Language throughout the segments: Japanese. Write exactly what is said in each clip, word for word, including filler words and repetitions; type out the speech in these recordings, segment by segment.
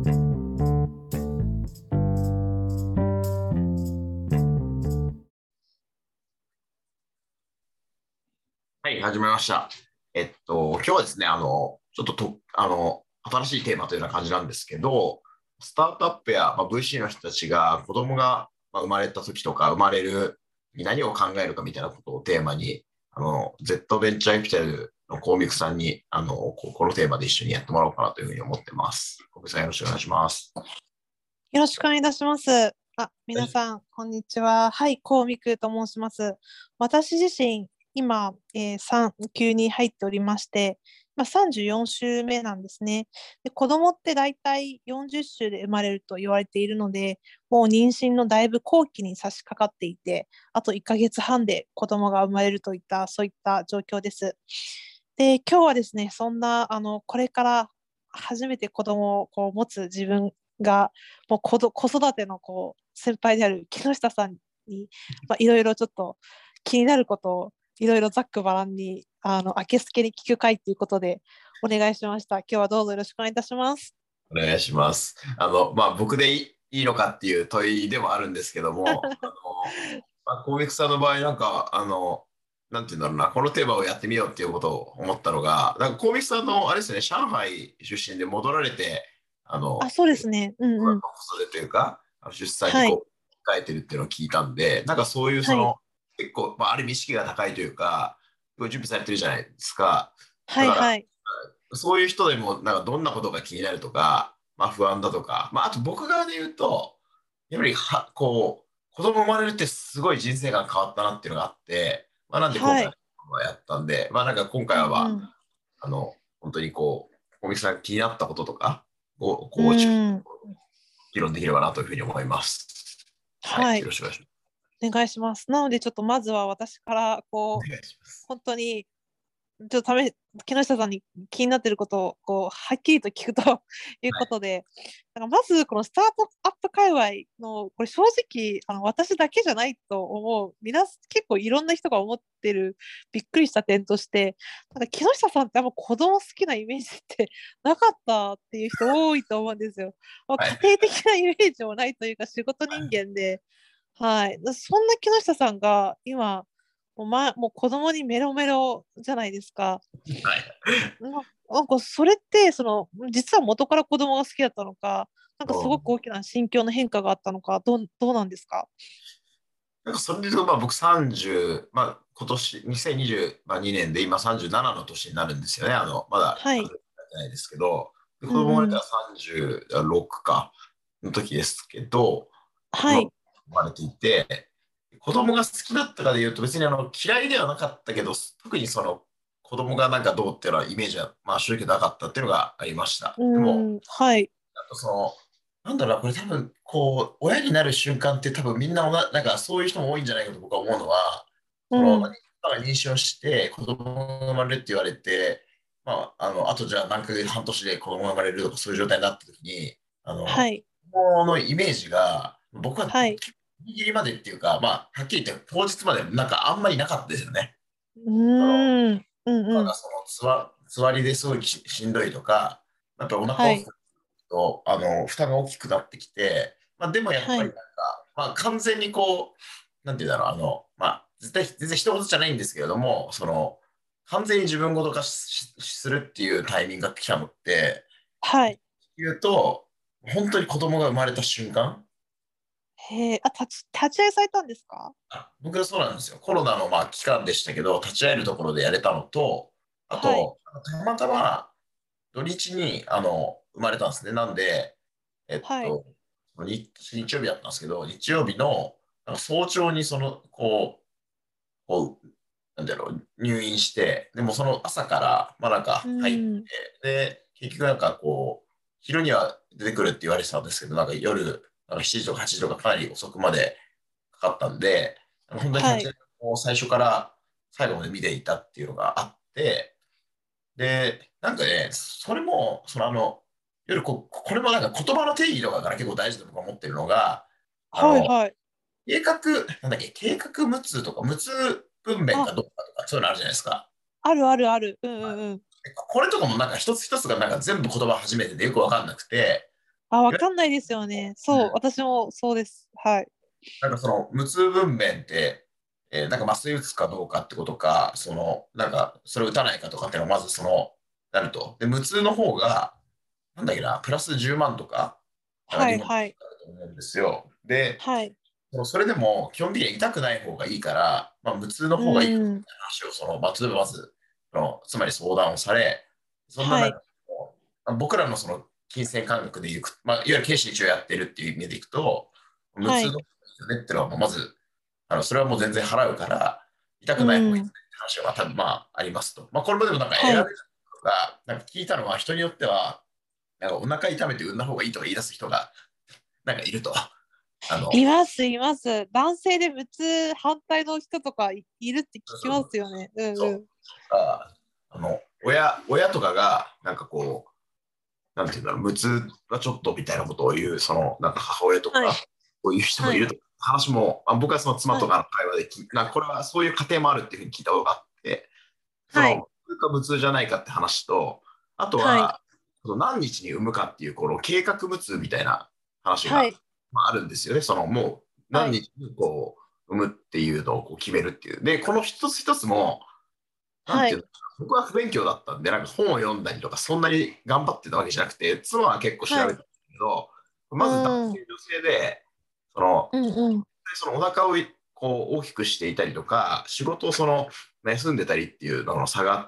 はい、始めました。えっと、今日はですね、あの、ちょっとと、あの、新しいテーマというような感じなんですけど、スタートアップや、まあ、ブイシー の人たちが子供が、まあ、生まれた時とか生まれるに何を考えるかみたいなことをテーマに、あの、Z ベンチャーエピタルのコウミクさんに、あの、ここのテーマで一緒にやってもらおうかなというふうに思ってます。コウミクさんよろしくお願いします。 よろしくお願いいたします。あ、皆さん、こんにちは。はい、こうみくと申します。私自身、今、えー、産休に入っておりまして、まあ、さんじゅうよん週目なんですね。で、子供って大体よんじゅっ週で生まれると言われているので、もう妊娠のだいぶ後期に差し掛かっていて、あといっかげつはんで子供が生まれるといった、そういった状況です。で、今日はですね、そんな、あの、これから初めて子供をこう持つ自分が、もう子ど子育てのこう先輩である木下さんに、まあ、いろいろちょっと気になることをいろいろざっくばらんにあの明けすけに聞く会ということでお願いしました。今日はどうぞよろしくお願いいたします。 お願いします。あの、まあ、僕でいい、いいのかっていう問いでもあるんですけども、あの、まあ、コウメクさんの場合、なんか、あの、なんていうんだろうな、このテーマをやってみようっていうことを思ったのが、なんか、コウメクさんの、あれですね、上海出身で戻られて、ああ、 の、 そうですね。うんうん。 子育てというか、あの出産にはい。 こう、控えてるっていうのを聞いたんで、なんかそういうそはい。 の、結構、まあ、ある意味意識が高いというか、準備されてるじゃないですか。だから、 はいはい。 そういう人でも、なんかどんなことが気になるとか、まあ不安だとか、まああと僕側で言うと、やっぱりは、こう、子供生まれるってすごい人生観変わったなっていうのがあって、まあなんで今回はい。 はやったんで、まあなんか今う回は、 んうん。 あの、本当にこう、小木さん気になったこととかを、 うこう、ちん。 議論できればなというふうに思います。はい、 はい。 よろしくお願いします。 お願いします。なのでちょっとまずは私からこうお願いします。 本当にちょっとため木下さんに気になっていることをこうはっきりと聞くというはい。 ことで、なんかまずこのスタートアップ界隈のこれ正直あの私だけじゃないと思う、皆結構いろんな人が思ってるびっくりした点として、なんか木下さんってあんま子供好きなイメージってなかったっていう人多いと思うんですよ。まあ、 はい。 家庭的なイメージもないというか仕事人間で、はい。そんな木下さんが今もう、ま、もう子供にメロメロじゃないですか。 はい。 ななんかそれってその実は元から子供が好きだったのか、なんかすごくうん大きな心境の変化があったのか、どうどうなんですか？ なんかそれで言うと、まあ僕さんじゅう、まあ今年にせんにじゅうにねんで今さんじゅうななの年になるんですよね。あの、まだはい。 数えてないですけど、で子うんうん。 供が生まれたらさんじゅうろくかの時ですけど、まあはい。 生まれていて、子供が好きだったかで言うと別にあの嫌いではなかったけど、特にその子供がなんかどうっていうのはイメージはまあ正直なかったっていうのがありました。 うでも、 ん。はい。 なんかその、なんだろうな、これ多分、こう、親になる瞬間って多分みんなおな、なんかそういう人も多いんじゃないかと僕は思うのは、その、 うん。 妻が妊娠をして子供が生まれるって言われて、まあ、あの、あとじゃあ何ヶ月、半年で子供が生まれるとかそういう状態になった時に、あの、 はい。 子供のイメージが、僕ははい。 ギリギリまでっていうか、まあ、はっきり言って当日までなんかあんまりなかったですよね。 うーん。うんうん。 なんかそのつわ、つわりですごいし、しんどいとか、やっぱりお腹はい。 を大きくと、あの、負担が大きくなってきて、まあ、でもやっぱりはい。 なんか、まあ、完全にこう、なんていうんだろう、あの、まあ、絶対、全然一言じゃないんですけれども、その、完全に自分ごと化ししするっていうタイミングが来たのって、 はい。 言うと、本当に子供が生まれた瞬間、 へえ、あ、立ち、立ち会いされたんですか？ あ、僕はそうなんですよ。コロナのまあ期間でしたけど、立ち会えるところでやれたのと、あはい。 と、たまたま土日にあの生まれたんですね。なんで、えっはい。 と、日、日曜日だったんですけど、日曜日のなんか早朝にその、こう、こう、なんだろう、入院して、でもその朝から、まあなんうか入って、 ん。 で、結局なんかこう、昼には出てくるって言われてたんですけど、なんか夜、なんかしちじとかはちじとかかなり遅くまでかかったんで、あの本当に立ちはい。 会いを最初から最後まで見ていたっていうのがあって、で、なんかね、それも、そのあの、夜こ、これもなんか言葉の定義とかから結構大事だと僕は思ってるのが、あの、 はいはい。 計画、なんだっけ、計画無痛とか、無痛分娩あ、 かどうかとか、そういうのあるじゃないですか。 あるあるある。うんうはい。 んうん。 でこれとかもなんか一つ一つがなんか全部言葉初めてでよくわかんなくて、 あ、わかんないですよね。そう、 うん、 私もそうです。はい。 なんかその無痛分娩って、えーなんか麻酔打つかどうかってことか、その、なんかそれを打たないかとかっていうのはまずその、なると。で、無痛の方が、なんだっけな、プラスじゅうまんとか、なんか日本だはいはい。 と思うんですよ。で、 はい。 そのそれでも基本的には痛くない方がいいから、まあ、無痛のう方がいいってん。 話を、その、まあ、例えばまず、その、つまり相談をされ、そんなはい。 中、僕らのその金銭感覚でいく、まあ、いわゆる経診一応やってるっていう意味でいくと、無はい。 痛の方がいいよねっていうのは、まず、あの、それはもう全然払うから、痛うくない方がいいってん。 話は多分まあありますと。まあ、これもでもなんか選べはい。 るとか、なんか聞いたのは人によっては、なんかお腹痛めて産んだ方がいいとか言い出す人がなんかいると。あの、 います、います。男性で無痛反対の人とかいいるって聞きそうそうますよね。うんそう。 うん。 ああの、親、親とかが、なんかこう、なんていうんだろう、無痛がちょっとみたいなことを言う、その、なんか母親とはい。 か、こういう人もはい。 いると。話も、あ僕はその妻はい。 とかの会話で聞いなんかこれはそういう家庭もあるっていうふうに聞いたことがあって、そはい。 の、無痛か無痛じゃないかって話と、あとはい。 は、その何日に産むかっていう、この計画無痛みたいな話が、 はい。 まあ、あるんですよね。その、もうはい。 何日にこう、産むっていうのをこう決めるっていう。で、この一つ一つも、なんはい。 ていうの、僕は不勉強だったんで、なんか本を読んだりとか、そんなに頑張ってたわけじゃなくて、妻は結構調はい。 べたんだけど、 うまず男ん。 性、女性で、その、 うんうん。 そのお腹をこう大きくしていたりとか、仕事をその休んでたりっていうのの差があって、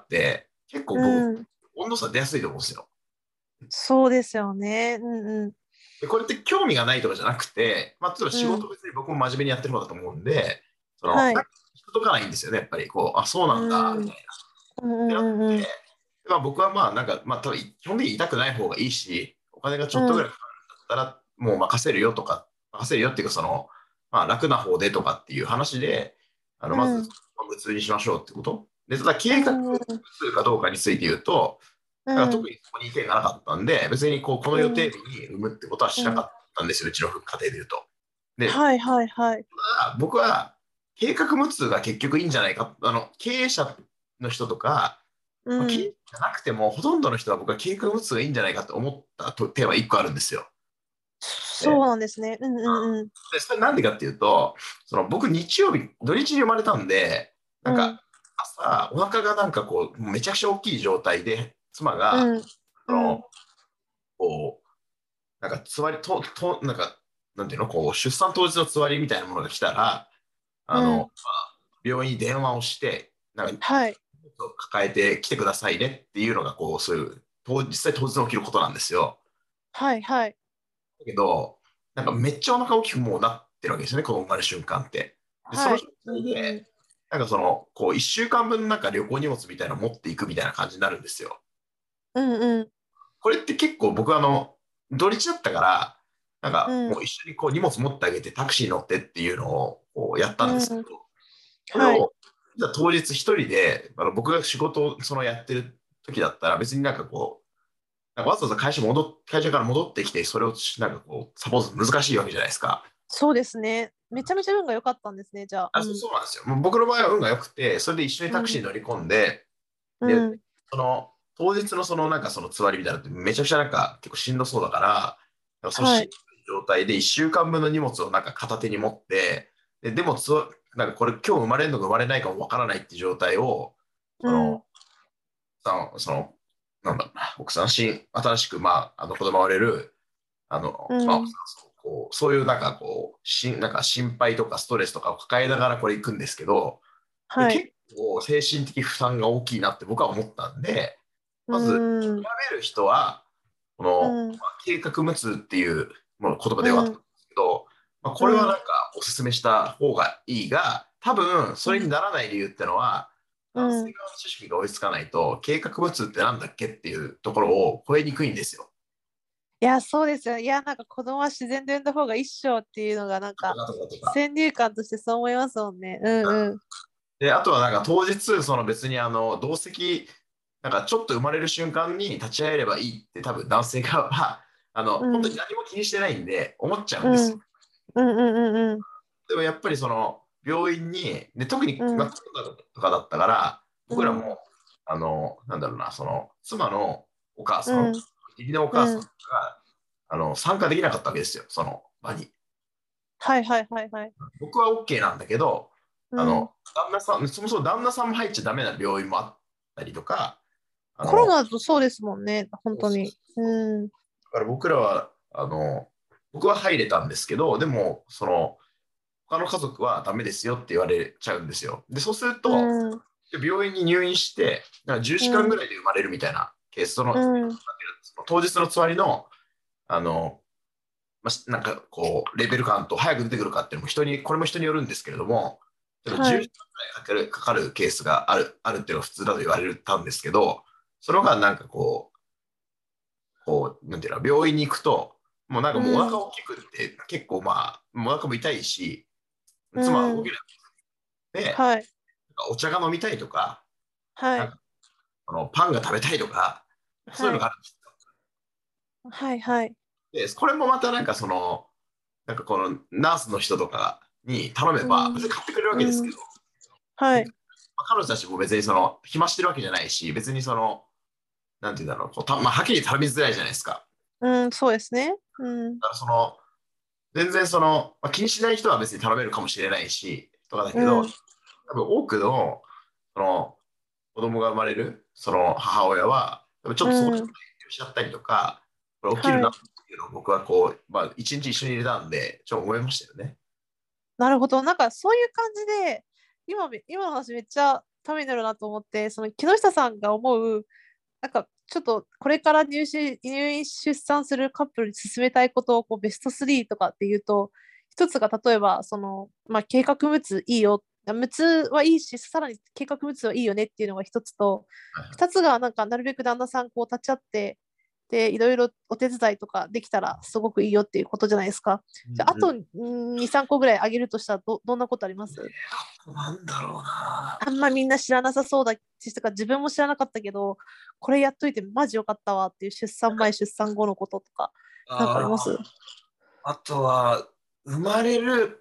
結構う僕、 ん。 温度差出やすいと思うんですよ。 そうですよね。うんうん。 で、これって興味がないとかじゃなくて、まあ、例えば仕うん。 事別に僕も真面目にやってる方だと思うんで、その、 はい。 なんか届かないんですよね、やっぱり。こう、あ、そうなんだ、 うん。うんみたいな。であっうんうんて、まあ、僕はまあ、なんか、まあ、多分基本的に痛くない方がいいし、お金がちょっとうん。 ぐらいかかるんだったら、もう任せるよとか、任せるよっていうか、その、まあ、楽な方でとかっていう話で、あの、まず、 うん。 無痛にしましょうってこと。で、ただ、 う計画無ん。うん。 痛かどうかについて言うと、 うだから特ん。 にそこに意見がなかったんで、別にこう、この予定うん。 日に産むってことはしなかったんですよ、うちの家庭で言うと。で、 はいはいはい。 僕は計画無痛が結局いいんじゃないか、あの、経営者の人とか、 うまあ、経営ん。 者じゃなくても、ほとんどの人は僕は計画無痛がいいんじゃないかと思ったとテーマいっこあるんですよ。で、 そうなんですね。うんうんうん。 でそれなんでかっていうと、その僕日曜日、土日に生まれたんで、なんかうん。 朝、お腹がなんかこう、めちゃくちゃ大きい状態で、妻が、 うん。 その、 うん。 こう、なんか、つわり、と、と、なんか、なんていうの、こう、出産当日のつわりみたいなものが来たら、あの、まうん。 あ病院に電話をして、なんか、 はい。 抱えてきてくださいねっていうのが、こう、そういう、当実際当日に起きることなんですよ。 はいはい。 だけど、なんかめっちゃお腹大きくもうなってるわけですよね、子供が生まれる瞬間って。で、その状はい。うん態で、 うん。 なんかその、こう、いっしゅうかんぶんなんか旅行荷物みたいなの持っていくみたいな感じになるんですよ。 うんうん。 これって結構僕あの、土日だったから、なんかうん。 もう一緒にこう荷物持ってあげてタクシー乗ってっていうのをこうやったんですけど、 うん。はい。 これを、じゃあ当日一人で、あの僕が仕事をそのやってる時だったら別になんかこう、なんかわざわざ会社戻っ、会社から戻ってきて、それをなんかこう、サポート難しいわけじゃないですか。 そうですね。めちゃめちゃ運が良かったんですね、じゃあ。 あ、そううん。 そうなんですよ。もう僕の場合は運が良くて、それで一緒にタクシーうん。 に乗り込んで、 うで、 ん。 その、当日のそのなんかそのつわりみたいなのってめちゃくちゃなんか結構しんどそうだから、なんかそのしんどはい。 い状態でいっしゅうかんぶんの荷物をなんか片手に持って、で、でもつわ、なんかこれ今日生まれるのか生まれないかもわからないっていう状態を、 うその、 ん。 さんその、なんだろうな、奥さん、新、新しく、まあ、あの子供が生まれる、あの、まあ、奥うん。 さんそうこう、そういうなんかこう、しん、なんか心配とかストレスとかを抱えながらこれ行くんですけど、これはい。 結構精神的負担が大きいなって僕は思ったんで、 うまず、 ん。 選べる人は、この、 うん。 まあ、計画無痛っていうもの言葉うでよかったんでん。 すけど、まあ、これはうん。 なんかお勧めした方がいいが、多分それにならない理由ってのは、 う男性ん。 側の知識が追いつかないと、計画無痛ってなんだっけっていうところを超えにくいんですよ。 いや、そうですよ。いや、なんか子供は自然と産んだ方が一生っていうのが、なんか、 とかとかとか。 先入観としてそう思いますもんね。うんうん。 で、あとはなんか当日、その別にあの、同席、なんかちょっと生まれる瞬間に立ち会えればいいって多分男性側は、あの、本当にうん。 何も気にしてないんで思っちゃうんですよ。 うん。うんうんうんうん。 でもやっぱりその、病院に、で、特に、まあ、 うん。 コロナとかだったから、僕らも、 うん。 あの、なんだろうな、その、妻のお母さん、 うん。 義理のお母さんうん。 が、 あの参加できなかったわけですよ、その場に。 はいはいはいはい。 僕は OK なんだけど、 うん。 あの旦那さん、そもそも旦那さんも入っちゃダメな病院もあったりとか、あコロの、 ナだとそうですもんね、本そうそう当に。うん。 だから僕らは、あの、僕は入れたんですけど、でも、その、他の家族はダメですよって言われちゃうんですよ。で、そうするうと、 ん。 病院に入院して、なんか10時間ぐうん。 らいで生まれるみたいなケース、その、なんていううん。 のその当日のつわりの、あの、まあ、なんかこう、レベル感と早く出てくるかっていうのも人に、これも人によるんですけれども、例えば10 はい。 時間ぐらいかかる、かかるケースがある、あるっていうのが普通だと言われたんですけど、それがなんかこう、こう、なんていうの、病院に行くと、もうなんかうもうお腹ん。 大きくって結構まあ、お腹も痛いし、 う妻は動けん。 なくて、 はい。 お茶が飲みたいとか、 はい。 なんかあのパンが食べたいとか、そういうはい。 のがあるんですよ。 はいはい。 で、これもまたなんかその、なんかこのナースの人とかに頼めうば、別にん。 買ってくれるわけですうん。 けど、ではい。 まあ彼女たちも別にその、暇してるわけじゃないし、別にその、なんていうんだろう、こうたまあ、はっきり頼みづらいじゃないですか。 うん、そうですね。うん。 だからその、全然その、まあ、気にしない人は別に頼めるかもしれないし、とかだけど、 うん。 多分多くの、その、子供が生まれる、その母親は、多分ちょっうとそこちょっとん。 遠慮しちゃったりとか、これ起きるなっはい。 ていうのを僕はこう、まあ、一日一緒に入れたんで、ちょっと思いましたよね。 なるほど。なんかそういう感じで、今め、今の話めっちゃためになるなと思って、その木下さんが思う、なんかちょっとこれから入試、入院出産するカップルに進めたいことをこうベストスリーとかっていうと、一つが例えば、その、まあ、計画むついいよ。むつはいいし、さらに計画むつはいいよねっていうのが一つと、二つがなんかなるべく旦那さんこう立ち会って、で、いろいろお手伝いとかできたらすごくいいよっていうことじゃないですか。じゃあ、あとうんうん。 に、さんこぐらいあげるとしたらど、どんなことあります？ なんだろうな。 あんまみんな知らなさそうだし、とか自分も知らなかったけど、これやっといてマジよかったわっていう出産前、出産後のこととか、なんかあります？ ああ、あとは、生まれる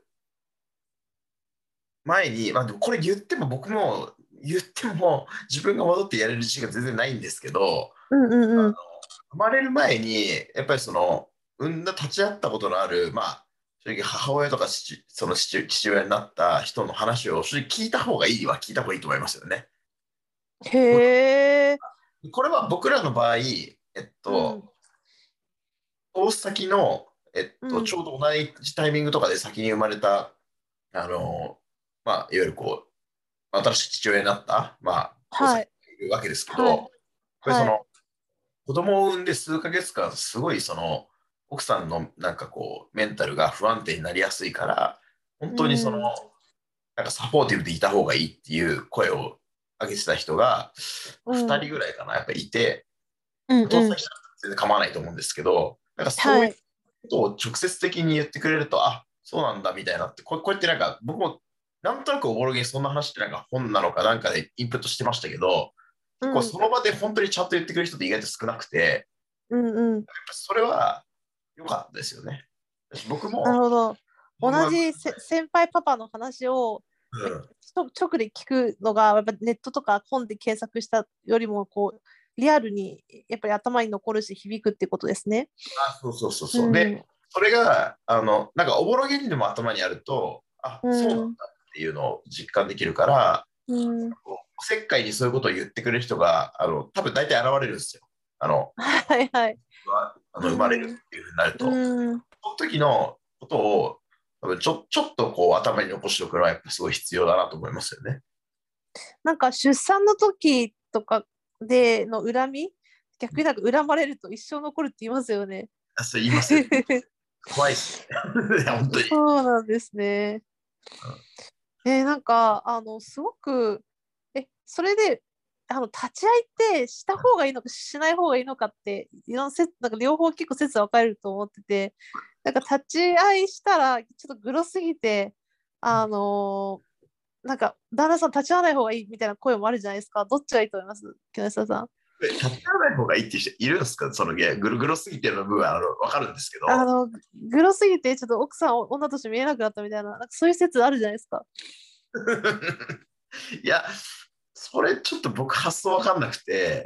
前に、まあ、でもこれ言っても僕も、言っても自分が戻ってやれる自信が全然ないんですけど、 うんうんうん。 生まれる前に、やっぱりその、産んだ立ち会ったことのある、まあ、正直母親とか父その父、父親になった人の話を正直聞いた方がいいは聞いた方がいいと思いますよね。 へえ。 これは僕らの場合、えっと、 うん。 投資先の、えっと、 うん。 ちょうど同じタイミングとかで先に生まれた、あの、まあ、いわゆるこう、新しい父親になった、まあ、お先はい。 がいるわけですけど、やっはい。はい。 ぱりその、子供を産んで数ヶ月間、すごいその、奥さんのなんかこう、メンタルが不安定になりやすいから、本う当にその、 ん。 なんかサポーティブでいた方がいいっていう声を上げてた人が、 うん。 ふたりぐらいかな、やっぱりいて、 うんうん。 お父さんしたら全然構わないと思うんですけど、なんかそういうはい。 ことを直接的に言ってくれると、あ、そうなんだみたいなって、ここうやってなんか僕もなんとなくおぼろげにそんな話ってなんか本なのかなんかでインプットしてましたけど、 う結構ん。 その場で本当にちゃんと言ってくれる人って意外と少なくて、 うんうん。 やっぱそれは良かったですよね。私僕も、 なるほど。 子供が同じせ先輩パパの話を、まうん、 直で聞くのが、やっぱネットとか本で検索したよりも、こう、リアルにやっぱり頭に残るし、響くってことですね。 あ、そうそうそううそう。で、 ん。 それが、あの、なんかおぼろげにでも頭にあると、あ、 うそうなんだん。 っていうのを実感できるから、 うん。 こうおせっかいにそういうことを言ってくれる人が、あの、多分大体現れるんですよ。あの、 はいはい。 あの生まれるうん。 っていうふうになると。 うん。 その時のことを、多分ちょ、ちょっとこう頭に残しておくのはやっぱすごい必要だなと思いますよね。 なんか出産の時とかでの恨み、逆になんか恨まれると一生残るって言いますよね。 あ、そう言いますよね。怖いっすね。いや、本当に。 そうなんですね。えーなんか、あの、すごく、え、それで、あの、立ち会いってした方がいいのかしない方がいいのかって、いろんな説、なんか両方結構説分かれると思ってて、なんか立ち会いしたら、ちょっとグロすぎて、あのーなんか、旦那さん立ち会わない方がいいみたいな声もあるじゃないですか。どっちがいいと思います？木下さん。 立ち会わない方がいいっていう人いるんですか？そのゲーぐるぐるすぎてる部分はあの分かるんですけど。 あの、グロすぎて、ちょっと奥さん女として見えなくなったみたいな、なんかそういう説あるじゃないですか。 いや、それちょっと僕発想分かんなくて、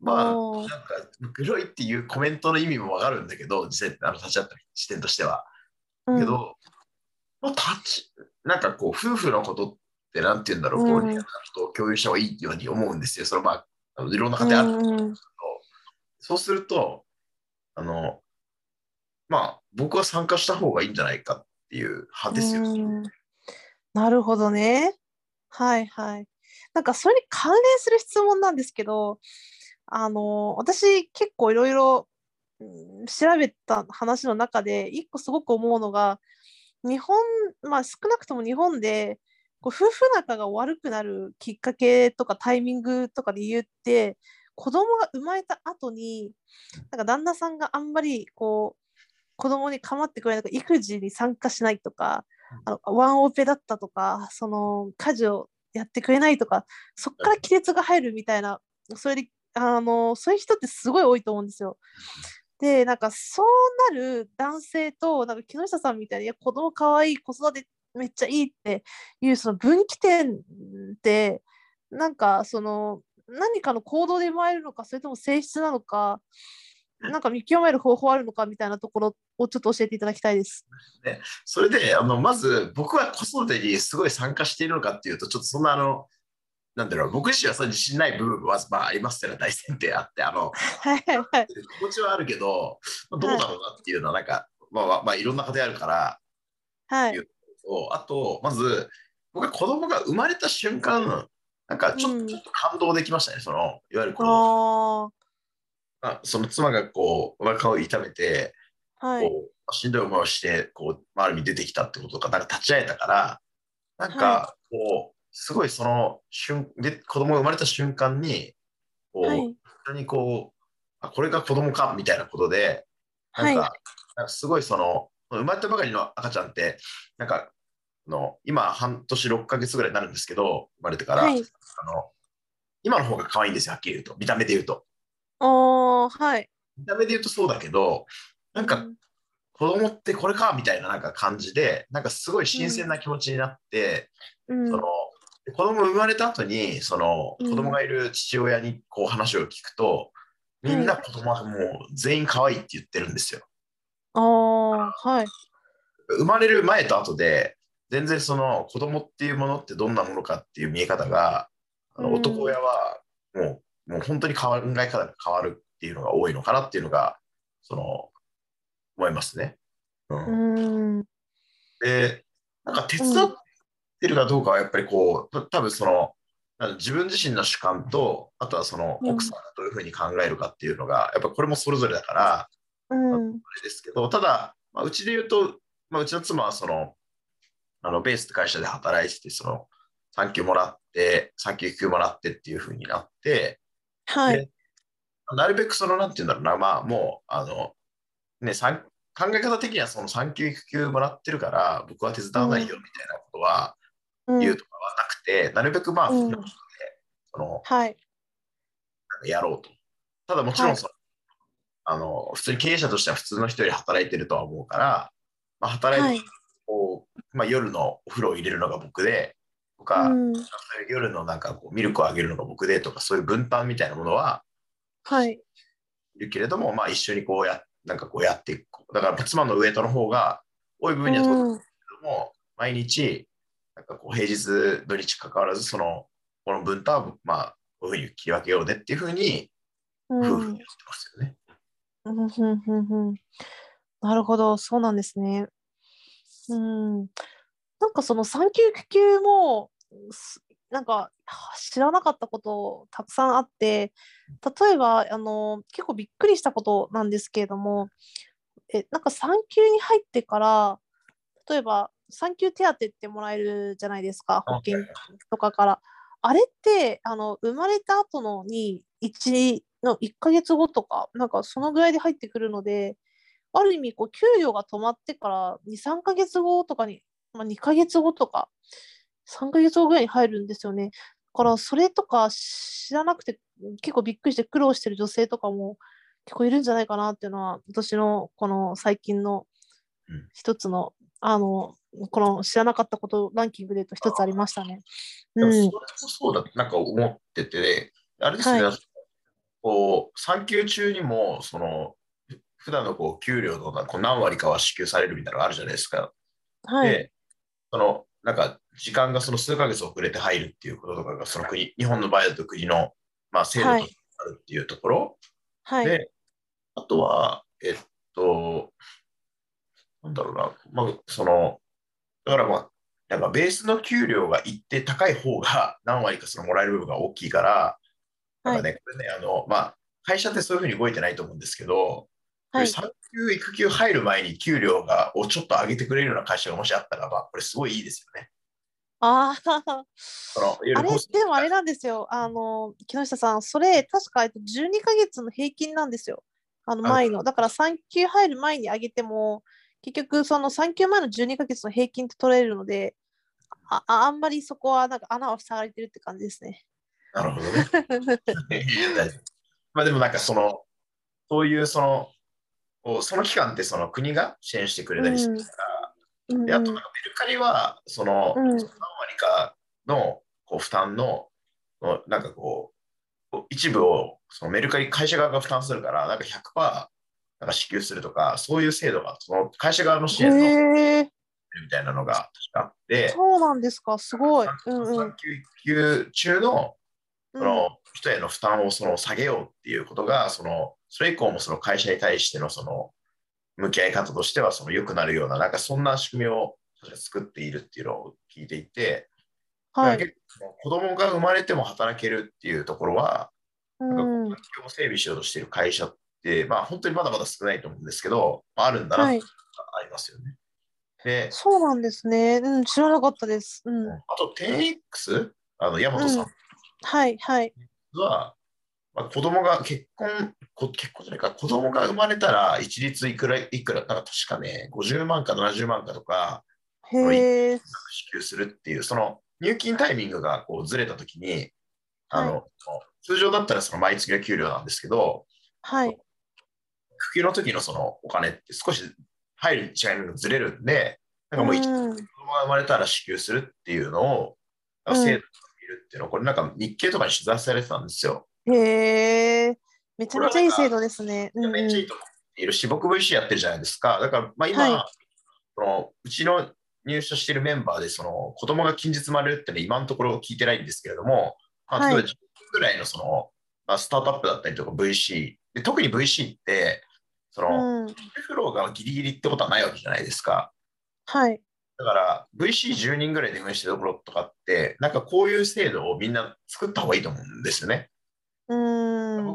まあ、 おー。 なんか、黒いっていうコメントの意味もわかるんだけど、実際、あの立ち会った視点としては。 うん。 けど、まあ、立ち、なんかこう、夫婦のことってなんて言うんだろう、こう、リアルなうん。 人を共有した方がいいように思うんですよ。そのまあ、あのいろんなう家庭あると思うんでん。 すけど、そうすると、あの、まあ、僕は参加した方がいいんじゃないかっていう派ですよ。 うん。なるほどね。はいはい。なんかそれに関連する質問なんですけど、あの、私結構いろいろうん調べた話の中で、一個すごく思うのが、日本、まあ少なくとも日本で、こう夫婦仲が悪くなるきっかけとかタイミングとか理由って、子供が生まれた後に、なんか旦那さんがあんまりこう、子供に構ってくれないとか、育児に参加しないとか、あのワンオペだったとか、その家事をやってくれないとか、そっから亀裂が入るみたいな、それで、あの、そういう人ってすごい多いと思うんですよ。で、なんかそうなる男性と、なんか木下さんみたいに、いや、子供かわいい、子育てめっちゃいいっていうその分岐点って、なんかその何かの行動で生まれるのか、それとも性質なのか、なんか見極める方法あるのかみたいなところをちょっと教えていただきたいです。 ね、それで、あの、まず、僕は子育てにすごい参加しているのかっていうと、ちょっとそんな、あの、なんだろう、僕自身はそれ自信ない部分は、まあ、ありますっていうのは大前提あって、あの、 はいはいはい。 気持ちはあるけど、まあどうはい。 だろうなっていうのは、なんか、まあ、まあ、まあいろんな家庭あるからっていうはい。 のと、あと、まず、僕は子供が生まれた瞬間、なんかちょっと、ちょうん。 っと感動できましたね。その、いわゆるあこあ。 う、まあ、その妻がこう、お腹を痛めて、 はい。 こう、しんどい思いをして、こう、周りに出てきたってこととか、なんか立ち会えたから、なんはい。 か、こう、すごいその瞬、で、子供が生まれた瞬間に、こう、 はい。 本当にこう、あ、これが子供か、みたいなことで、なんはい。 か、なんかすごいその、生まれたばかりの赤ちゃんって、なんか、あの今、半年ろっかげつぐらいになるんですけど、生まれてから、 はい。 あの、今の方が可愛いんですよ、はっきり言うと。見た目で言うと。 ああ。はい。 見た目で言うとそうだけど、なんか、 うん。 子供ってこれか、みたいななんか感じで、なんかすごい新うん。 鮮な気持ちになって、その、 うん。 子供生まれた後に、その、子供うん。 がいる父親にこう話を聞くと、みんはい。 な子供はもう全員可愛いって言ってるんですよ。 ああ。はい。 生まれる前と後で、全然その子供っていうものってどんなものかっていう見え方が、あうの男ん。 親はもう、もう本当に考え方が変わるっていうのが多いのかなっていうのが、その、思いますね。ううん。 ん。 で、なんか手うん。 伝ってるかどうかはやっぱりこう、多分その、自分自身の主観と、あとはそのうん。 奥さんがどういうふうに考えるかっていうのが、やっぱこれもそれぞれだから、 うあん。 れですけど、ただ、まあ、うちで言うと、まあ、うちの妻はその、あのベースって会社で働いてて、その、産休もらって、産休育休もらってっていうふうになって、 はい。 で、なるべくその、なんていうんだろうな、まあ、もう、あの、ね、産考え方的にはその産休育休もらってるから、僕は手伝わないよみうん。 たいなことはうん。 言うとかはなくて、なるべくまあ、フラットで、 うん。 その、 はい。 やろうと。ただもちろはい。 んその、あの、普通に経営者としては普通の人より働いてるとは思うから、まあ、働いて、 はい。 こう、まあ、夜のお風呂を入れるのが僕で、とか、 うん。 夜のなんかこうミルクをあげるのが僕でとか、そういう分担みたいなものははい。 いるけれども、まあ一緒にこうや、なんかこうやっていく。だから妻のウエイトの方が多い部う分には当然ん。 けども、毎日、なんかこう平日土日関わらず、その、この分担は、まあ、こういうふうに切り分けようねっていうふうに、 う夫婦でやってん。 ますよね。 うん。うん。うん。なるほど。そうなんですね。うん。なんかその産休育休も、すなんかは知らなかったことたくさんあって、例えば、あの、結構びっくりしたことなんですけれども、え、なんか産休に入ってから、例えば産休手当ってもらえるじゃないですか、保あ、 険とかから。あれって、あの、生まれた後のに、いちのいっかげつごとか、なんかそのぐらいで入ってくるので、ある意味、こう、給与が止まってからに、さんかげつごとかに、まあ、にかげつごとか、さんかげつごぐらいに入るんですよね。だから、それとか知らなくて、結構びっくりして苦労してる女性とかも結構いるんじゃないかなっていうのは、私のこの最近のうん。 一つの、あの、この知らなかったことランキングで言うと一つありましたね。 でもそうん。 れもそうだ、なんか思ってて、あれですね、 はい。 こう、産休中にも、その、普段のこう給料とかこう何割かは支給されるみたいなのがあるじゃないですか。 はい。 で、その、なんか、時間がその数ヶ月遅れて入るっていうこととかが、その国、日本の場合だと国の、まあ、制度としてはい。 あるっていうところ。 はい。 で、あとは、えっと、なんだろうな、まあ、その、だからまあ、なんかベースの給料が一定高い方が何割かそのもらえる部分が大きいから、なんはい。 かね、これね、あの、まあ、会社ってそういうふうに動いてないと思うんですけど、 はい。 産休、育休入る前に給料がをちょっと上げてくれるような会社がもしあったらば、これすごいいいですよね。 ああ、 その、いわゆあれ、 るコスト、 でもあれなんですよ。あの、木下さん、それ、確かえっとじゅうにかげつの平均なんですよ。あの、 あ、 前の。だから、産休入る前に上げても、結局、その産休前のじゅうにかげつの平均と取れるので、あ、ああんまりそこは、なんか穴は塞がれてるって感じですね。 なるほどね。いや大丈夫。まあでもなんかその、そういうその、こうその期間ってその国が支援してくれたりすうん、 るから、 うで、あとん、うん、 なんかメルカリは、その、 うん。 何割かのこう負担の、のなんかこう、こう一部をそのメルカリ会社側が負担するから、なんかひゃくパーセントなんか支給するとか、そういう制度が、その会社側の支へ援のえ、 みたいなのが確かあって、 そうなんですか。すごい。うんうん。 産休育休中のそうん。 の人への負担をその下げようっていうことが、そのそれ以降もその会社に対してのその向き合い方としてはその良くなるような、なんかそんな仕組みを作っているっていうのを聞いていて、だかはい。 ら結構子供が生まれても働けるっていうところは、 うなんかこうん。 環境を整備しようとしている会社って、まあ本当にまだまだ少ないと思うんですけど、まあ、あるんだなってはい。 ありますよね。で、 そうなんですね。うん、知らなかったです。うん。 あと テンエックス、あの、大和さうん。はい、はい。 んは、まあ、子供が結婚、こ結婚じゃないか、子供が生まれたら一律いくら、いくら、なんか確かね、ごじゅうまんかななじゅうまんかとか、その一へえ。 支給するっていう、その入金タイミングがこうずれたときに、あはい。 の、通常だったらその毎月の給料なんですけど、 はい。 育休の時のそのお金って少し入る違いがずれるんで、なんうかもう一ん。 子供が生まれたら支給するっていうのを、 う制度ん。 がいるっていうのを、これなんか日経とかに取材されてたんですよ。 へえ。めちゃこれめちゃいい制はなんか、 度ですね。うめっちゃんうん。 いいと思っているし、僕 ブイシー やってるじゃないですか。だから、まあはい。 今、そのうちの入所しているメンバーで、その子供が近日生まれるってのは今のところ聞いてないんですけれども、まあ、例えはい。 ばじゅっぷんぐらいのその、まあ、スタートアップだったりとか ブイシー、で特に ブイシー って、そうの、 ん。 フローがギリギリってことはないわけじゃないですか。 はい。 だから ブイシーじゅう 人ぐらいで運営してるところとかって、なんかこういう制度をみんな作った方がいいと思うんですよね。 うん。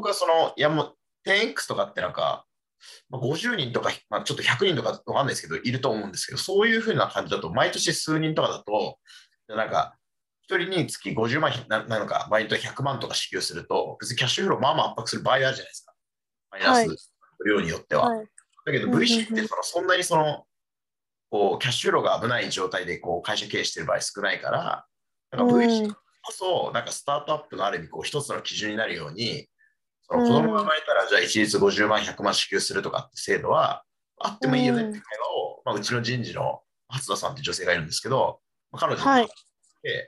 僕はその、いやもう テンエックス とかってなんか、まあ、ごじゅうにんとか、まあ、ちょっとひゃくにんとかわかんないですけど、いると思うんですけど、そういうふうな感じだと、毎年数人とかだと、なんか、一人につきごじゅうまんななのか、場合によってはひゃくまんとか支給すると、別にキャッシュフローまあまあ圧迫する場合あるじゃないですか。マイナスはい。 量によっては。 はい。 だけどうんうんブイシー っうん。 てそのそんなにその、こう、キャッシュフローが危ない状態でこう会社経営してる場合少ないから、なんかうん。 ブイシー こそ、なんかスタートアップのある意味、こう一つの基準になるように、そうの子供が生ん。 まれたら、じゃあ一律ごじゅうまん、ひゃくまん支給するとかって制度はあってうもいいよねってん。 会話を、まあ、うちの人事の初田さんって女性がいるんですけど、まあ彼女にはい。 話して、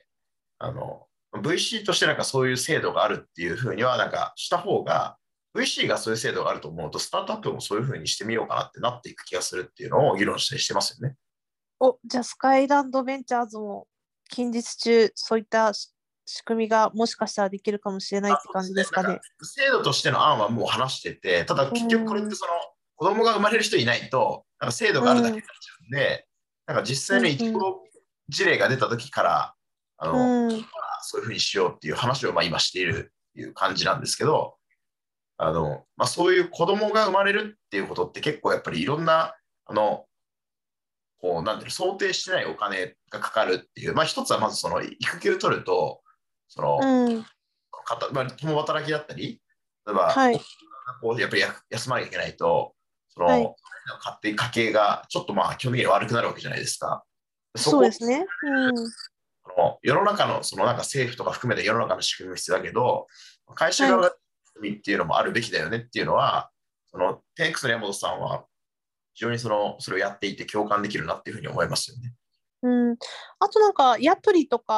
あの、ブイシー としてなんかそういう制度があるっていうふうには、なんかした方が、ブイシー がそういう制度があると思うと、スタートアップもそういうふうにしてみようかなってなっていく気がするっていうのを議論したりしてますよね。 お、じゃあスカイランドベンチャーズも近日中、そういったし仕組みがもしかしたらできるかもしれないって感じそうですね。なんか、 ですかね。 制度としての案はもう話してて、ただう結局これってん。 その、子供が生まれる人いないと、なんか制度うがあるだけにん。 なっちゃうんで、なんか実際のうん。うん。 移行事例が出た時から、あうの、 ん。 そういうふうにしようっていう話をまあ今しているっていう感じなんですけど、あの、まあ、そういう子供が生まれるっていうことって結構やっぱりいろんな、あの、こう、なんていうの、想定してないお金がかかるっていう、まあ一つはまずその育休取ると、その、 うん。 かたまあ、共働きだったり、例えば、 はい。 こうやっぱり休まなきゃいけないと、そはい。 の、家庭、家計がちょっとまあ基本的に悪くなるわけじゃないですか。そこ、 そうですね。うん。 この世の中の、そのなんか政府とか含めて世の中の仕組みも必要だけど、会社はい。 側が仕組みっていうのもあるべきだよねっていうのは、その、テンエックスの山本さんは非常にその、それをやっていて共感できるなっていうふうに思いますよね。 うん。あとなんか、ヤプリとか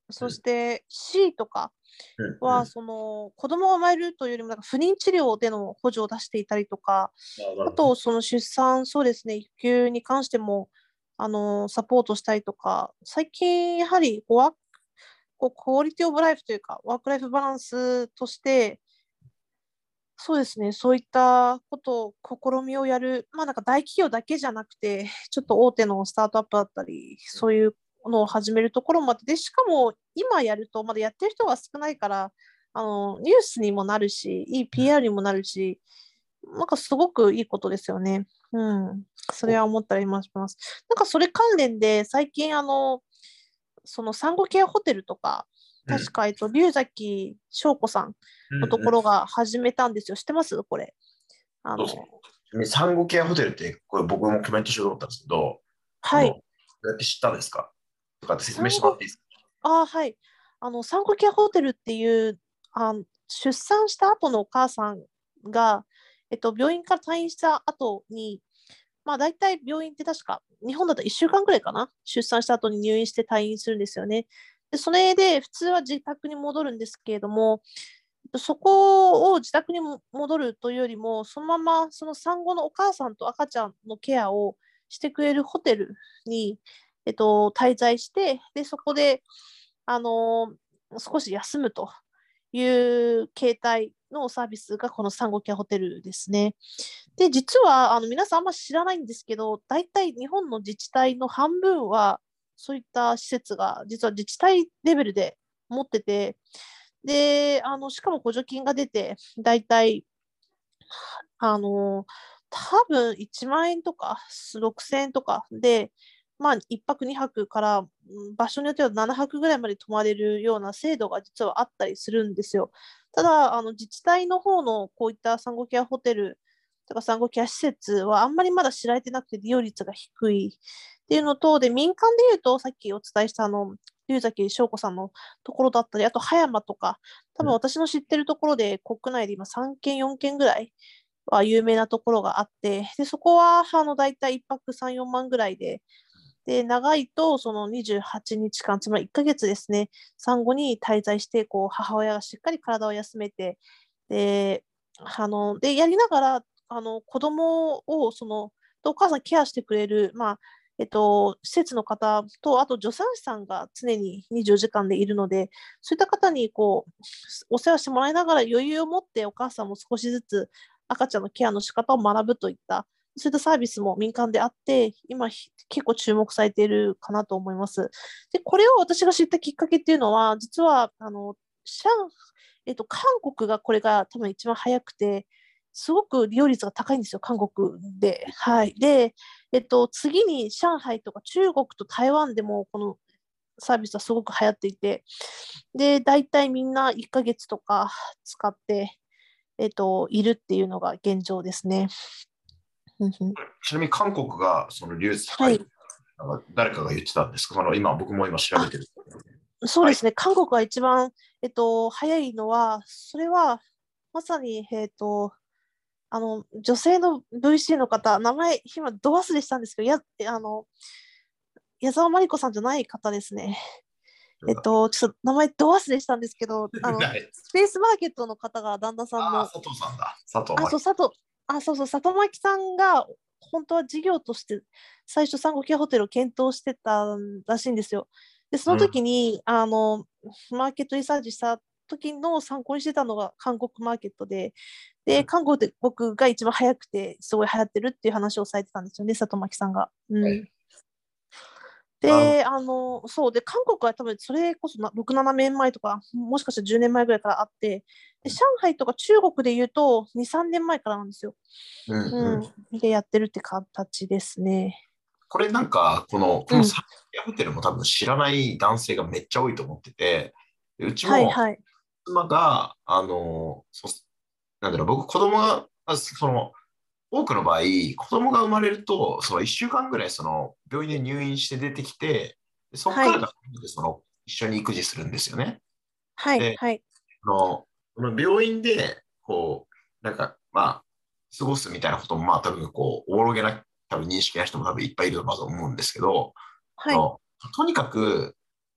そして C とかは、 うんうん。 その子供が生まれるというよりも、なんか不妊治療での補助を出していたりとか、 あ、なるほどね。 あと、その出産、そうですね、育休に関しても、あの、サポートしたりとか、最近、やはりワーク、こうクオリティオブライフというか、ワークライフバランスとして、そうですね、そういったことを、試みをやる、まあなんか大企業だけじゃなくて、ちょっと大手のスタートアップだったり、そういうのを始めるところもあって、で、しかも今やると、まだやってる人が少ないから、あの、ニュースにもなるし、いい ピーアール にもなるし、なんかすごくいいことですよね。うん。それは思ったりもします。なんかそれ関連で、最近あの、その産後ケアホテルとか、 うん。 確か、えっと、龍崎翔子さんのとうんうん。 ころが始めたんですよ。知ってますこれ？あそうですの、 ね。産後ケアホテルって、これ僕もコメントしようと思ったんですけど、あの、どはい。 うやって知ったんですかとかって説明し産後、 てもらっていいですか？ あ、はい。あの、産後ケアホテルっていう、あ、出産した後のお母さんが、えっと、病院から退院した後に、まあ、大体病院って確か、日本だといっしゅうかんくらいかな、出産した後に入院して退院するんですよね。で、それで普通は自宅に戻るんですけれども、そこを自宅にも戻るというよりも、そのままその産後のお母さんと赤ちゃんのケアをしてくれるホテルに、えっと、滞在して、で、そこで、あの少し休むという形態のサービスがこの産後ケアホテルですね。で、実はあの皆さんあんま知らないんですけど、大体日本の自治体の半分は、そういった施設が実は自治体レベルで持ってて、で、あのしかも補助金が出て、大体、あの多分いちまん円とかろくせんえんとかで、まあ、いっぱくにはくからうん場所によってはななはくぐらいまで泊まれるような制度が実はあったりするんですよ。ただ、あの自治体の方のこういった産後ケアホテルとか産後ケア施設はあんまりまだ知られてなくて利用率が低いっていうのと、で、民間で言うとさっきお伝えしたあの、龍崎翔子さんのところだったり、あと葉山とか、多分うん。 私の知ってるところで国内で今さんけん、よんけんぐらいは有名なところがあって、で、そこはあの大体いっぱくさん、よんまんぐらいで、で、長いとそのにじゅうはちにちかん、つまりいっかげつですね、産後に滞在して、こう母親がしっかり体を休めて、で、あの、で、やりながら、あの、子供を、その、お母さんケアしてくれる、まあ、えっと、施設の方と、あと助産師さんが常ににじゅうよじかんでいるので、そういった方にこう、お世話してもらいながら余裕を持ってお母さんも少しずつ赤ちゃんのケアの仕方を学ぶといった、そういったサービスも民間であって、今結構注目されているかなと思います。で、これを私が知ったきっかけっていうのは、実は、あの、上えっと、韓国がこれが多分一番早くて、すごく利用率が高いんですよ、韓国で。はい。で、えっと、次に上海とか中国と台湾でもこのサービスはすごく流行っていて、で、大体みんないっかげつとか使って、えっと、いるっていうのが現状ですね。うんうん。 ちなみに韓国がその利率高い、 はい。 なんか誰かが言ってたんですか？その今、僕も今調べあ、 てる。はい。 そうですね。韓国が一番、えっと、早いのは、それは、まさに、えっと、あの、女性の ブイシー の方、名前、今、ど忘れしたんですけど、や、あの、矢沢まりこさんじゃない方ですね。えっと、ちょっと名前ど忘れしたんですけど、あの、 はい。 スペースマーケットの方が旦那さんああ、 の、 佐藤さんだ。佐藤あ、そう、 真希。 佐藤、あ、そうそう、里巻さんが、本当は事業として、最初、産後ケアホテルを検討してたらしいんですよ。で、そのうん。 時に、あの、マーケットリサーチした時の参考にしてたのが韓国マーケットで、で、 うん。 韓国で僕が一番早くて、すごい流行ってるっていう話をされてたんですよね、里巻さんが。うはい。 ん。 なるほど。 で、あの、そうで、韓国は多分それこそなろく、ななねんまえとか、もしかしたらじゅうねんまえぐらいからあって、で、上海とか中国で言うとに、さんねんまえからなんですよ。 うんううん。 ん。で、やってるって形ですね。 これなんか、この、こうん。 のサンキャホテルも多分知らない男性がめっちゃ多いと思ってて、でうちもはいはい。 妻が、あの、そなんだろう、僕子供が、あその、多くの場合、子供が生まれると、そのいっしゅうかんぐらいその病院で入院して出てきて、でそこはい。 からがその一緒に育児するんですよね。で、 はいはい。 あの、この病院で、こう、なんか、まあ、過ごすみたいなことも、まあ、多分、こう、おぼろげな、多分認識な人も多分いっぱいいるとまず思うんですけど、あはい。 の、とにかく、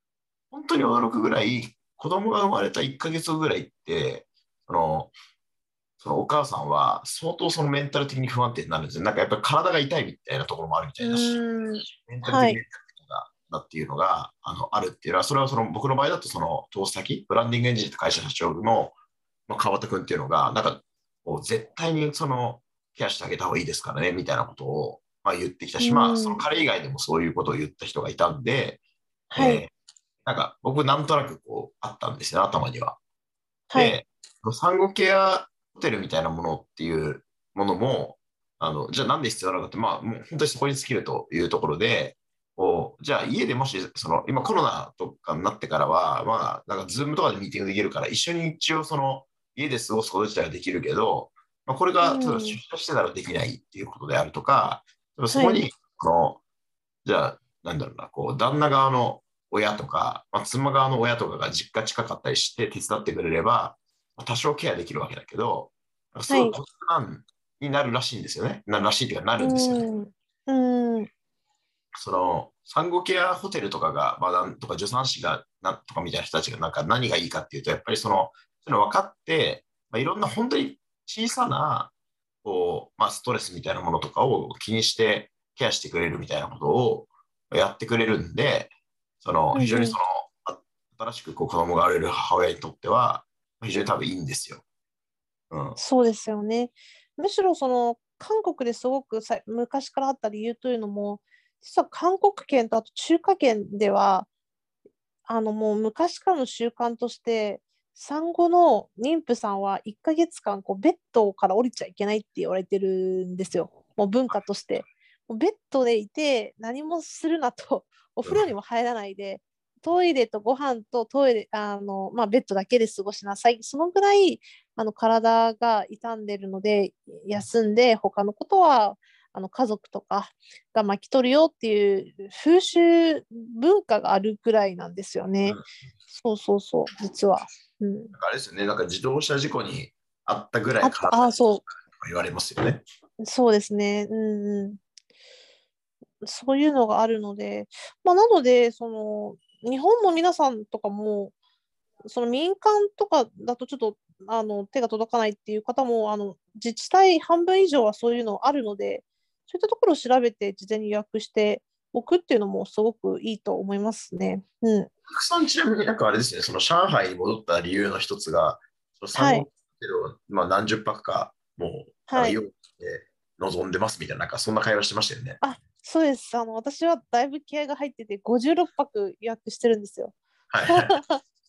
本当に驚くぐらい、子供が生まれたいっかげつごぐらいって、その、そのお母さんは相当そのメンタル的に不安定になるんですよ。なんかやっぱり体が痛いみたいなところもあるみたういだし、 ーん。 メンタル的にはい。 だだっていうのがあのあるっていうのは、それはその僕の場合だとその投資先、ブランディングエンジンって会社社長の、まあ、川田君っていうのが、なんかこう絶対にそのケアしてあげた方がいいですからねみたいなことを、まあ、言ってきたうし、まあ、そのーん。 彼以外でもそういうことを言った人がいたんで、 はい。 えーなんか僕なんとなくこうあったんですよ、頭には。 はい。 で、産後ケアホテルみたいなものっていうものも、あの、じゃあなんで必要なのかって、まあ、もう本当にそこに尽きるというところで、こう、じゃあ家でもし、その、今コロナとかになってからは、まあ、なんかズームとかでミーティングできるから、一緒に一応その、家で過ごすこと自体はできるけど、まあ、これうが、例えば出ん。 社してたらできないっていうことであるとか、そはい。 こに、この、じゃあ、なんだろうな、こう、旦那側の親とか、まあ、妻側の親とかが実家近かったりして手伝ってくれれば、まあ多少ケアできるわけだけど、すはい。 ごい骨盤になるらしいんですよね。なるらしいというか、なうるんですよね。 ん。うん。 その、産後ケアホテルとかが、まあ、なんとか助産師が、なんとかみたいな人たちが、なんか何がいいかっていうと、やっぱりその、その分かって、まあ、いろんな本当に小さな、こう、まあ、ストレスみたいなものとかを気にしてケアしてくれるみたいなことをやってくれるんで、その、 うん。うん。 非常にその、あ新しくこう子供が生まれる母親にとっては、非常に多分いいんですよ。うん。 そうですよね。むしろその韓国ですごくさ昔からあった理由というのも、実は韓国圏とあと中華圏では、あのもう昔からの習慣として、産後の妊婦さんはいっかげつかんこうベッドから降りちゃいけないって言われてるんですよ。もう文化として。もうベッドでいて何もするなと、お風呂にも入らないで、トイレとご飯とトイレ、あの、まあ、ベッドだけで過ごしなさい。そのぐらいあの体が傷んでるので、休んで、他のことはあの家族とかが巻き取るよっていう風習文化があるくらいなんですよね。 うん。 そうそうそう、実は。うん、 なんかあれですよね、なんか自動車事故にあったぐらいあった、 体にあ、そ言われますよね。 う、そうですね。うんうん。そういうのがあるので、まあ、なので、その、日本の皆さんとかも、その民間とかだとちょっとあの手が届かないっていう方も、あの自治体半分以上はそういうのあるので、そういったところを調べて事前に予約しておくっていうのもすごくいいと思いますね。うん。 たくさんちなみになんかあれですね、その上海に戻った理由の一つが、その産はい。 後ホテルを、まあ、何十泊か、もう、なんはい。 か用意して望んでますみたいな、なんかそんな会話してましたよね。 あ、そうです。あの、私はだいぶ気合が入ってて、ごじゅうろっぱく予約してるんですよ。 はいはい。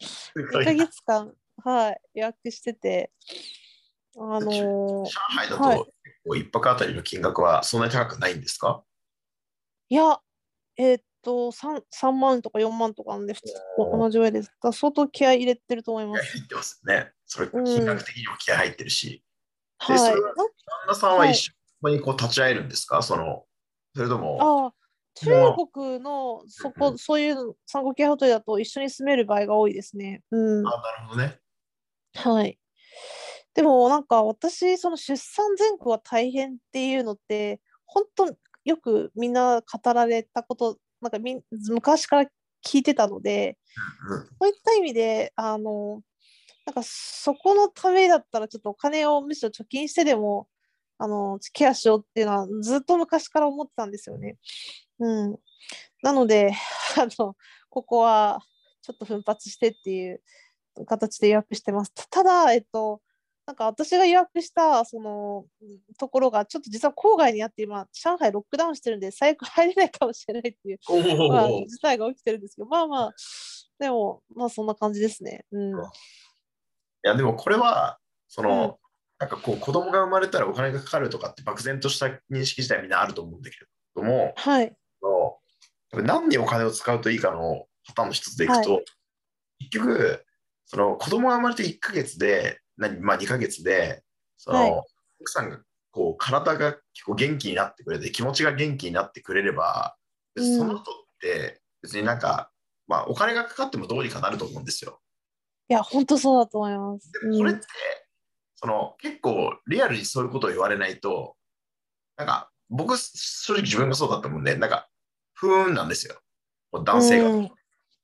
2ヶ月間、はい、予約してて、あの上海ーはい。 だと、結構一泊あたりの金額はそんなに高くないんですか？ いや、えーっと、3、さんまんとかよんまんとかなんで、普通とおー、 同じぐらいです。だから相当気合い入れてると思います。 気合入ってますね。それ、 う金額ん。 的にも気合入ってるし。で、そはい。 れは、 なん旦那さんは一はい。 緒にこう立ち会えるんですか？その、それとも、 ああ、中も国のそう、うんうん、 こ、そういう産後ケアホテルだと一緒に住める場合が多いですね。うん。 あ、なるほどね。 はい。でもなんか私、その出産前後は大変っていうのって、本当よくみんな語られたこと、なんかみん昔から聞いてたので、 うんうん。 そういった意味で、あの、なんかそこのためだったらちょっとお金をむしろ貯金してでも、あの、ケアしようっていうのはずっと昔から思ってたんですよね。うん。なので、あの、ここはちょっと奮発してっていう形で予約してます。ただ、えっと、なんか私が予約したそのところがちょっと実は郊外にあって今上海ロックダウンしてるんで最悪入れないかもしれないっていう、 おまあ、 お。 事態が起きてるんですけど、まあまあでもまあそんな感じですね。うん。 いや、でもこれは、そうん。 の、なんかこう、子供が生まれたらお金がかかるとかって漠然とした認識自体みんなあると思うんだけれども、 はい。 その何にお金を使うといいかのパターンの一つでいくはい。 と、結局、その子供が生まれていっかげつで、何まあにかげつで、そはい。 の奥さんがこう体が結構元気になってくれて、気持ちが元気になってくれれば、 うん。い別にその後って別になんか、まあお金がかかってもどうにかなると思うんですよ。 や、本当そうだと思います。 でもこれって、 うん。 その結構リアルにそういうことを言われないと、なんか僕正直自分がそうだったもんで、なんか不運なんですよ。男性が。 うん。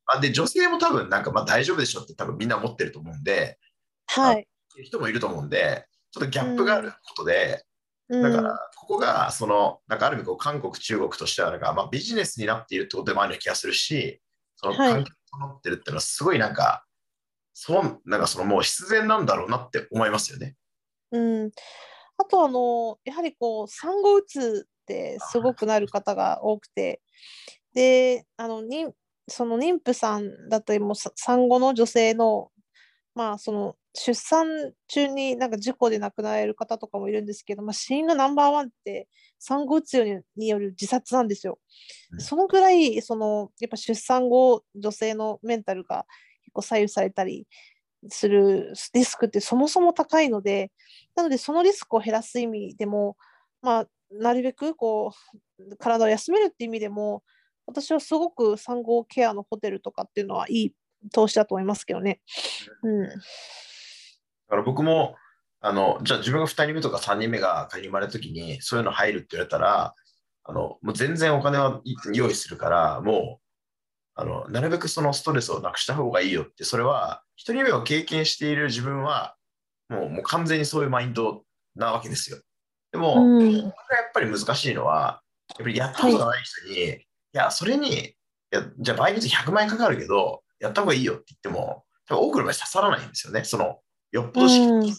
あ、で、女性も多分なんかまあ大丈夫でしょって多分みんな思ってると思うんで、あのはい。 人もいると思うんで、ちょっとギうャップがあるん。 ことで、だから、 うん。 ここが、その、なんかある意味こう、韓国、中国としては、なんか、まあ、ビジネスになっているってことでもあるような気がするし、そのはい。 環境が整ってるっていうのは、すごいなんか、そう、なんかそのもう必然なんだろうなって思いますよね。 うん。あと、あの、やはりこう、産後うつってすごくなる方が多くて、で、あの、妊その妊婦さんだったりも、さ産後の女性の、まあ、その、出産中になんか事故で亡くなられる方とかもいるんですけど、まあ、死因のナンバーワンって産後うつにによる自殺なんですよ。 うんそのぐらい、その、やっぱ出産後、女性のメンタルが結構左右されたりするリスクってそもそも高いので、なのでそのリスクを減らす意味でも、まあ、なるべくこう、体を休めるっていう意味でも、私はすごく産後ケアのホテルとかっていうのはいい投資だと思いますけどね。うん。 だから僕も、あの、じゃあ自分がふたりめとかさんにんめが仮に生まれた時に、そういうの入るって言われたら、あの、もう全然お金は用意するから、もう、あの、なるべくそのストレスをなくした方がいいよって、それは、ひとりめを経験している自分は、もう、もう完全にそういうマインドなわけですよ。でうも、 ん。 これがやっぱり難しいのは、やっぱりやったはい。 ことがない人に、いや、それに、いや、じゃあ倍率ひゃくまん円かかるけど、やった方がいいよって言っても、多分多くの場合刺さらないんですよね。その、よっぽうどし、 ん。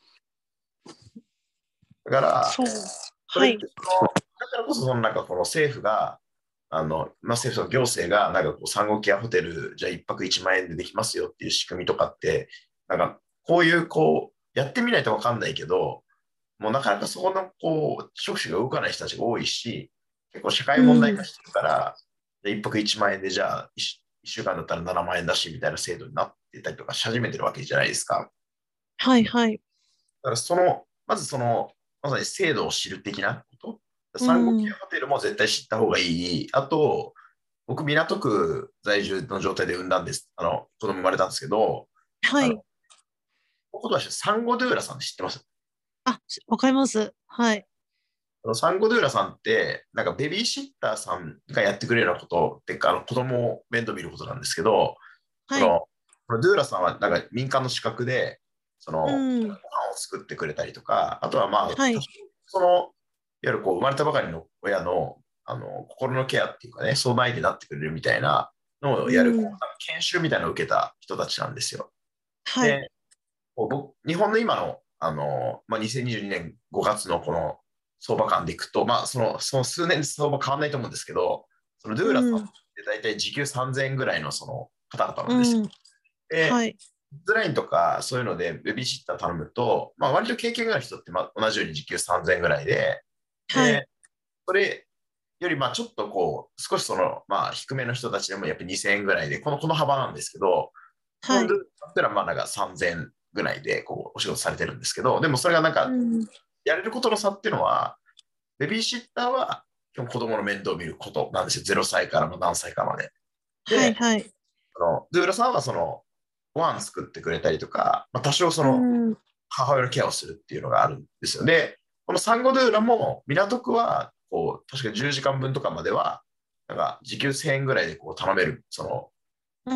だから、 そう。 それってはい。 その、だからこそ、そのなんかこの政府が、あの、まあ、政府と行政が、なんかこう、産後ケアホテル、じゃあ一泊いちまん円でできますよっていう仕組みとかって、なんか、こういう、こう、やってみないとわかんないけど、もうなかなかそこの、こう、触手が動かない人たちが多いし、結構社会問題うん。 化してるから、じゃあ一泊いちまん円で、じゃあいっしゅうかんだったらななまん円だし、みたいな制度になってたりとかし始めてるわけじゃないですか。 はいはい。 だからその、まずその、まさに制度を知る的なこと。 う産後ケん。 アホテルも絶対知った方がいい。あと、僕、港区在住の状態で産んだんです。あの、子供生まれたんですけど、あの、 はい。 こことは産後ドゥーラさん知ってます？ あ、しわかります。はい。 あの産後ドゥーラさんって、なんかベビーシッターさんがやってくれるようなことっていうか、あの子供を面倒見ることなんですけど、そはい。 の、このドゥーラさんはなんか民間の資格で、その、 うごん。 飯を作ってくれたりとか、あとはまあ、 はい。 多少その、いわゆるこう生まれたばかりの親の、あの、心のケアっていうかね、相談相手になってくれるみたいなのをうやる、こうん。 研修みたいなのを受けた人たちなんですよ。 はい。 で、こう僕、日本の今の、あの、まあ、にせんにじゅうにねんごがつのこの相場感でいくと、まあ、その、その数年で相場変わらないと思うんですけど、そのドゥーラさんっうん。 て大体時給さんぜんえんぐらいのその方々なんですよ。 うん。はで、 い。 キッズラインとかそういうのでベビーシッター頼むと、まあ、割と経験がある人ってまあ同じように時給さんぜんえんぐらいで、 はい。 で、それよりまあちょっとこう、少しその、まあ低めの人たちでもやっぱにせんえんぐらいで、この、この幅なんですけど、 はい。 今度だったらまあなんかさんぜんぐらいでこうお仕事されてるんですけど、でもそれがなんかうん。 やれることの差っていうのは、ベビーシッターは基本子供の面倒を見ることなんですよ。ゼロさいからの何歳かまで。 はい。 で、 はい。 そのドゥーラさんはそのご飯作ってくれたりとか、まあ、多少そうのん。 母親のケアをするっていうのがあるんですよ。で、この産後ドゥーラも港区はこう確かじゅうじかんぶんとかまではなんか時給せんえんぐらいでこう頼めるそのうん。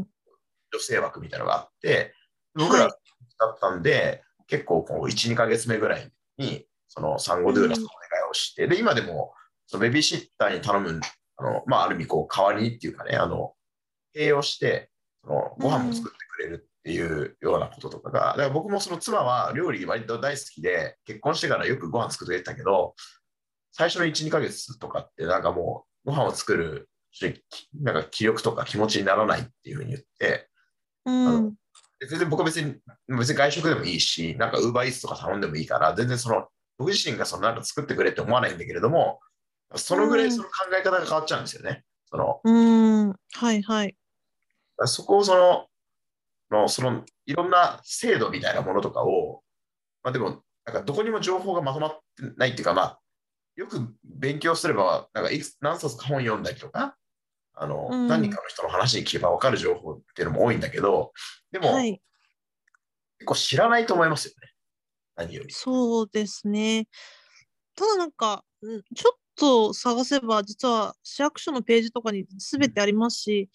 女性枠みたいなのがあって、僕らだはい。 ったんで、結構こういち、にかげつめぐらいに、その産後ドゥーラのうん。 お願いをして、で、今でも、そのベビーシッターに頼む、あの、まあ、ある意味、こう、代わりにっていうかね、あの、併用して、そのご飯もうん。 作ってくれるっていうようなこととかが、だから僕もその妻は料理割と大好きで、結婚してからよくご飯作ってくれてたけど、最初のいち、にかげつとかってなんかもう、ご飯を作る、なんか気力とか気持ちにならないっていうふうに言って、 うあの、 ん。 全然僕は別に、別に外食でもいいし、なんかウーバーイーツとか頼んでもいいから、全然その、僕自身がそのなんか作ってくれって思わないんだけれども、そのぐらいうん。 その考え方が変わっちゃうんですよね。その、 うん。はい。はい。 そこをその、のそのいろんな制度みたいなものとかを、まあでも、なんかどこにも情報がまとまってないっていうか、まあ、よく勉強すれば、なんかいくつ何冊か本読んだりとか、あの、何人うん。 かの人の話に聞けば分かる情報っていうのも多いんだけど、でも、 はい。 結構知らないと思いますよね。何より。 そうですね。ただなんか、うんちょっと探せば、実は市役所のページとかに全てありますし、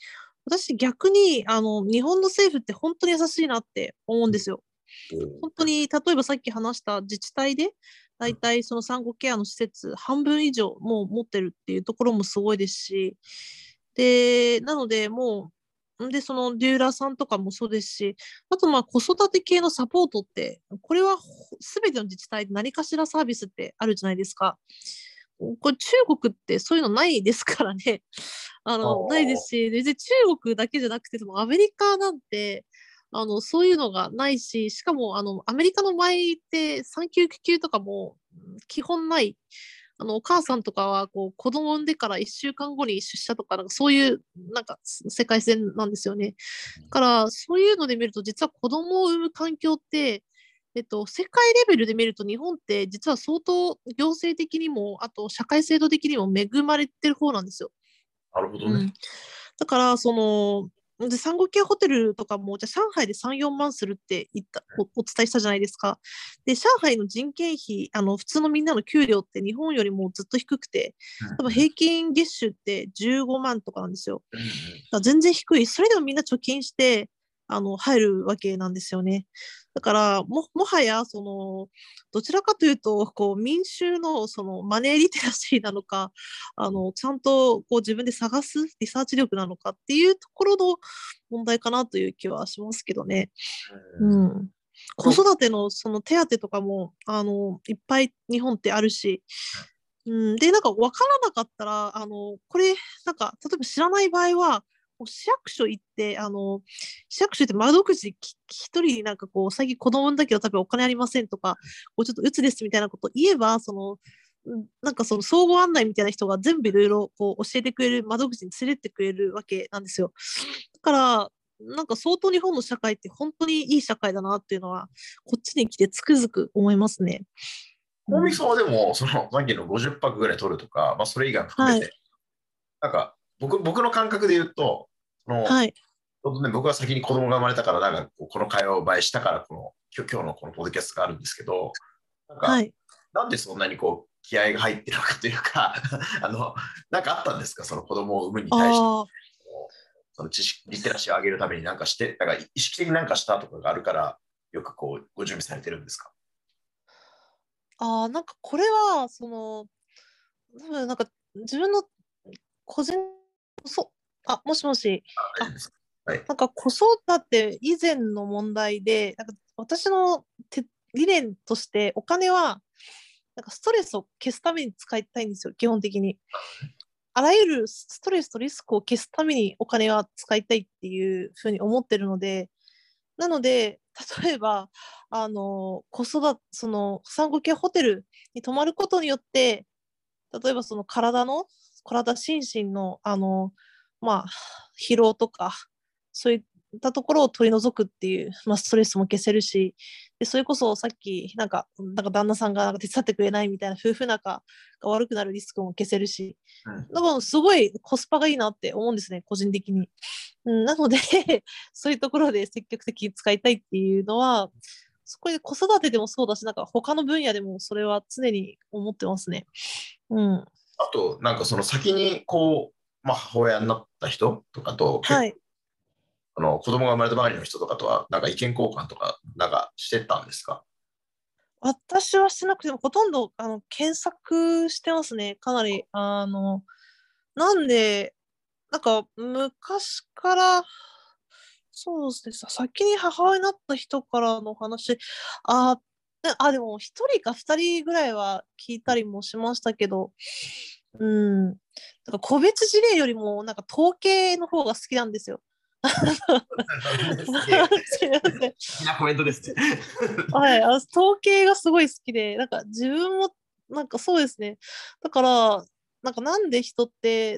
私逆にあの日本の政府って本当に優しいなって思うんですよ。本当に例えばさっき話した自治体でだいたいその産後ケアの施設半分以上もう持ってるっていうところもすごいですし、でなのでもうでそのデューラーさんとかもそうですし、あとまあ子育て系のサポートってこれは全ての自治体で何かしらサービスってあるじゃないですか。これ中国ってそういうのないですからね。ああのないですし、別に中国だけじゃなくてそのアメリカなんてあのそういうのがないし、しかもあのアメリカの場合って産休育休とかも基本ない。あのお母さんとかはこう子供産んでからいっしゅうかんごに出社とか、なんかそういうなんか世界線なんですよね。だからそういうので見ると実は子供を産む環境って、えっと、世界レベルで見ると日本って実は相当行政的にもあと社会制度的にも恵まれてる方なんですよ。 なるほどね。 うん、だからそので産後ケアホテルとかもじゃあ上海でさん、よんまんするって言ったお、お伝えしたじゃないですか。で上海の人件費、あの普通のみんなの給料って日本よりもずっと低くて、多分平均月収ってじゅうごまんとかなんですよ。だから全然低い。それでもみんな貯金してあの入るわけなんですよね。だからももはやそのどちらかというとこう民衆のそのマネーリテラシーなのか、あのちゃんとこう自分で探すリサーチ力なのかっていうところの問題かなという気はしますけどね。うん、子育てのその手当とかもあのいっぱい日本ってあるし、うん、でなんか分からなかったらあのこれなんか例えば知らない場合は市役所行って、あの、市役所行って窓口で一人になんかこう、最近子供産んだけど多分お金ありませんとか、こうちょっと鬱ですみたいなこと言えば、その、なんかその総合案内みたいな人が全部いろいろこう教えてくれる窓口に連れてってくれるわけなんですよ。だから、なんか相当日本の社会って本当にいい社会だなっていうのは、こっちに来てつくづく思いますね。 大見さんはでも、その、さっきのごじゅっぱくぐらい取るとか、まあ、それ以外も含めて、 はい。 なんか、僕、僕の感覚で言うと、その、 はい。 ちょうどね、僕は先に子供が生まれたから、なんかこう、この会話を倍したから、この、今日今日のこのポッドキャストがあるんですけど、なんか、 はい。 なんでそんなにこう、気合が入ってるのかというか、あの、なんかあったんですか、その子供を産むに対して、 ああ。 その知識、リテラシーを上げるためになんかして、なんか意識的になんかしたとかがあるから、よくこう、ご準備されてるんですか？ ああ、なんかこれは、その、多分なんか自分の個人、そ、あ、もしもし、 あ、大丈あ、 夫ですか？はい。 なんか子育て以前の問題で、なんか私のて理念としてお金は、なんかストレスを消すために使いたいんですよ、基本的に。あらゆるストレスとリスクを消すためにお金は使いたいっていうふうに思ってるので、なので、例えば、あの、子育て、その、産後ケアホテルに泊まることによって、例えばその体の、体、心身の、あの、まあ、疲労とか、そういったところを取り除くっていう、まあ、ストレスも消せるし、で、それこそさっき、なんか、なんか旦那さんがなんか手伝ってくれないみたいな夫婦仲が悪くなるリスクも消せるし、 うん、 だからすごいコスパがいいなって思うんですね、個人的に。うん、なのでそういうところで積極的に使いたいっていうのは、そこで子育てでもそうだし、なんか他の分野でもそれは常に思ってますね。うん。 あと、なんかその先にこう、まあ、母親になった人とかと、結構、 はい。 あの子供が生まれたばかりの人とかとは、なんか意見交換とか、なんかしてたんですか？ 私はしてなくても、ほとんどあの検索してますね。かなり。あの、なんで、なんか昔から、そうですね、先に母親になった人からの話、あ、あ、でも一人か二人ぐらいは聞いたりもしましたけど、うん。なんか個別事例よりも、なんか統計の方が好きなんですよ。 すげえ、 すいません。 好きなコメントですね。 はい、あ、統計がすごい好きで、なんか自分も、なんかそうですね。だから、なんかなんで人って、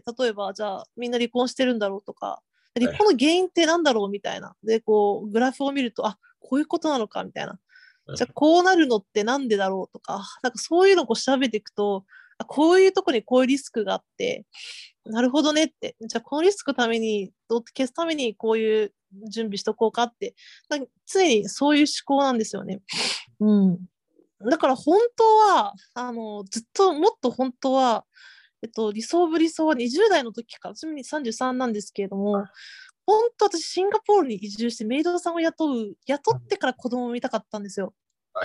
例えばじゃあみんな離婚してるんだろうとか、離はい。 婚の原因ってなんだろうみたいな。で、こう、グラフを見ると、あ、こういうことなのかみたいな。じゃあこうなるのってなんでだろうとか、なんかそういうのをこう調べていくと、あ、こういうとこにこういうリスクがあって、なるほどねって。じゃあこのリスクのために、どう消すためにこういう準備しとこうかって、なんか常にそういう思考なんですよね。うん。だから本当は、あの、ずっともっと本当は、えっと、理想部理想はにじゅう代の時から、ちなみにさんじゅうさんなんですけれども、 本当私シンガポールに移住してメイドさんを雇う、雇ってから子供を産みたかったんですよ。 はい。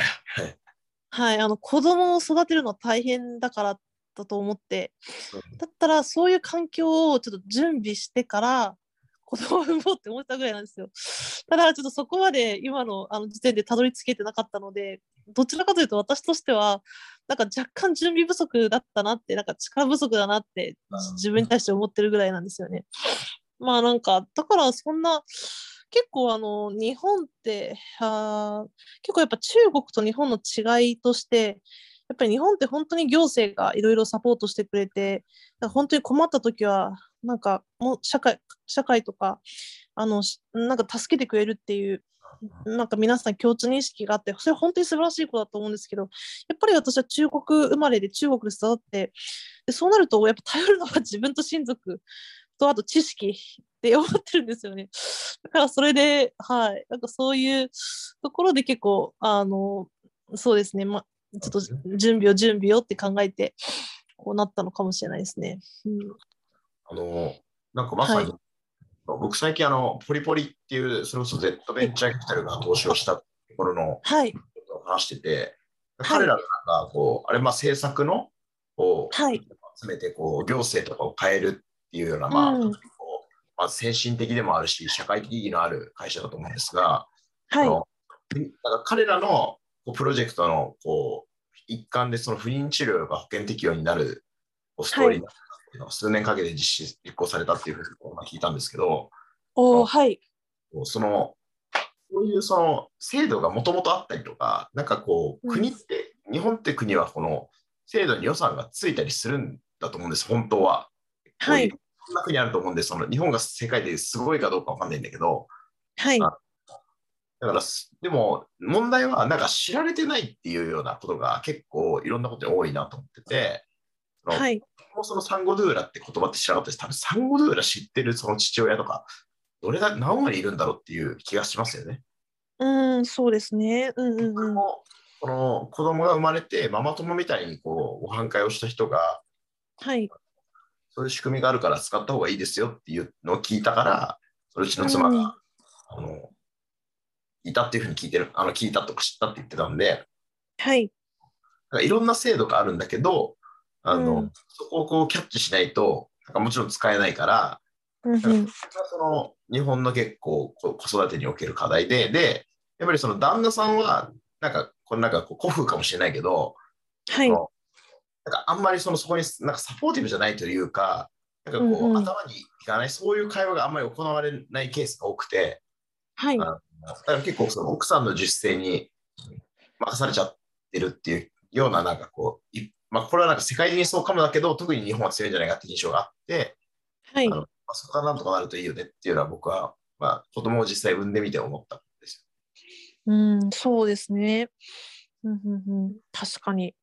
はい、あの子供を育てるの大変だからだと思って、だったらそういう環境をちょっと準備してから子供を産もうって思ったぐらいなんですよ。ただちょっとそこまで今のあの時点でたどり着けてなかったので、どちらかというと私としてはなんか若干準備不足だったなって、なんか力不足だなって自分に対して思ってるぐらいなんですよね。まあなんかだからそんな結構あの日本ってあ結構やっぱ中国と日本の違いとしてやっぱり日本って本当に行政がいろいろサポートしてくれて、本当に困った時はなんかもう社会社会とかあのなんか助けてくれるっていうなんか皆さん共通認識があって、それは本当に素晴らしいことだと思うんですけど、やっぱり私は中国生まれで中国で育って、でそうなるとやっぱ頼るのは自分と親族とあと知識って思ってるんですよね。だからそれで、はい、なんかそういうところで結構、あの、そうですね、まあ、ちょっと準備を準備をって考えて、こうなったのかもしれないですね。うん、 あの、なんかまさに、 はい。 僕最近あの、ポリポリっていう、それこそ Z ベンチャーキャピタルが投資をしたところのはい。 ことを話してて、 はい。 彼らがなんかこう、あれ、まあ政策の、こう、 はい。 集めて、こう、行政とかを変えるっていうような、 うまあ、 ん。 こうまあ、先進的でもあるし、社会的意義のある会社だと思うんですが、そはい。 の、なんか彼らのこうプロジェクトの、こう、一環でその不妊治療が保険適用になるこうストーリーはい。 が数年かけて実施、実行されたっていうふうに聞いたんですけど、 おー、はい。 その、そういうその制度がもともとあったりとか、なんかこう、 うん。 国って、日本って国はこの制度に予算がついたりするんだと思うんです、本当は。こういう、 はい。 そんな国あると思うんで、その日本が世界ですごいかどうかわかんないんだけど、 はい。 あだから、でも問題はなんか知られてないっていうようなことが結構いろんなことに多いなと思ってて、そのはい。 もうそのサンゴドゥーラって言葉って知らなかったです。多分サンゴドゥーラ知ってるその父親とか、どれだけ何割いるんだろうっていう気がしますよね。 うん、そうですね。うんうんうん。 この子供が生まれてママ友みたいにこうご飯会をした人が、 はい。 そういう仕組みがあるから使った方がいいですよっていうのを聞いたから、それうちの妻がうん。 あのいたっていうふうに聞いてる、あの聞いたとか知ったって言ってたんで、 はい。 なんかいろんな制度があるんだけど、あのうん。 そこをこうキャッチしないと、なんかもちろん使えないから、なんかうんうん。 その日本の結構こう子育てにおける課題で、で、やっぱりその旦那さんは、なんか、これなんかこう古風かもしれないけど、 はい。 そのなんかあんまりそのそこになんかサポーティブじゃないというか、なんかこううんうん。 頭にいかない、そういう会話があんまり行われないケースが多くて、 はい。 あのだから結構その奥さんの自主性に任されちゃってるっていうような、なんかこう、いまあ、これはなんか世界的にそうかもだけど、特に日本は強いんじゃないかっていう印象があって、 はい。 あのまあ、そこはなんとかなるといいよねっていうのは僕は、まあ、子供を実際産んでみて思ったんですうん、そうですね。うんうんうん。確かに。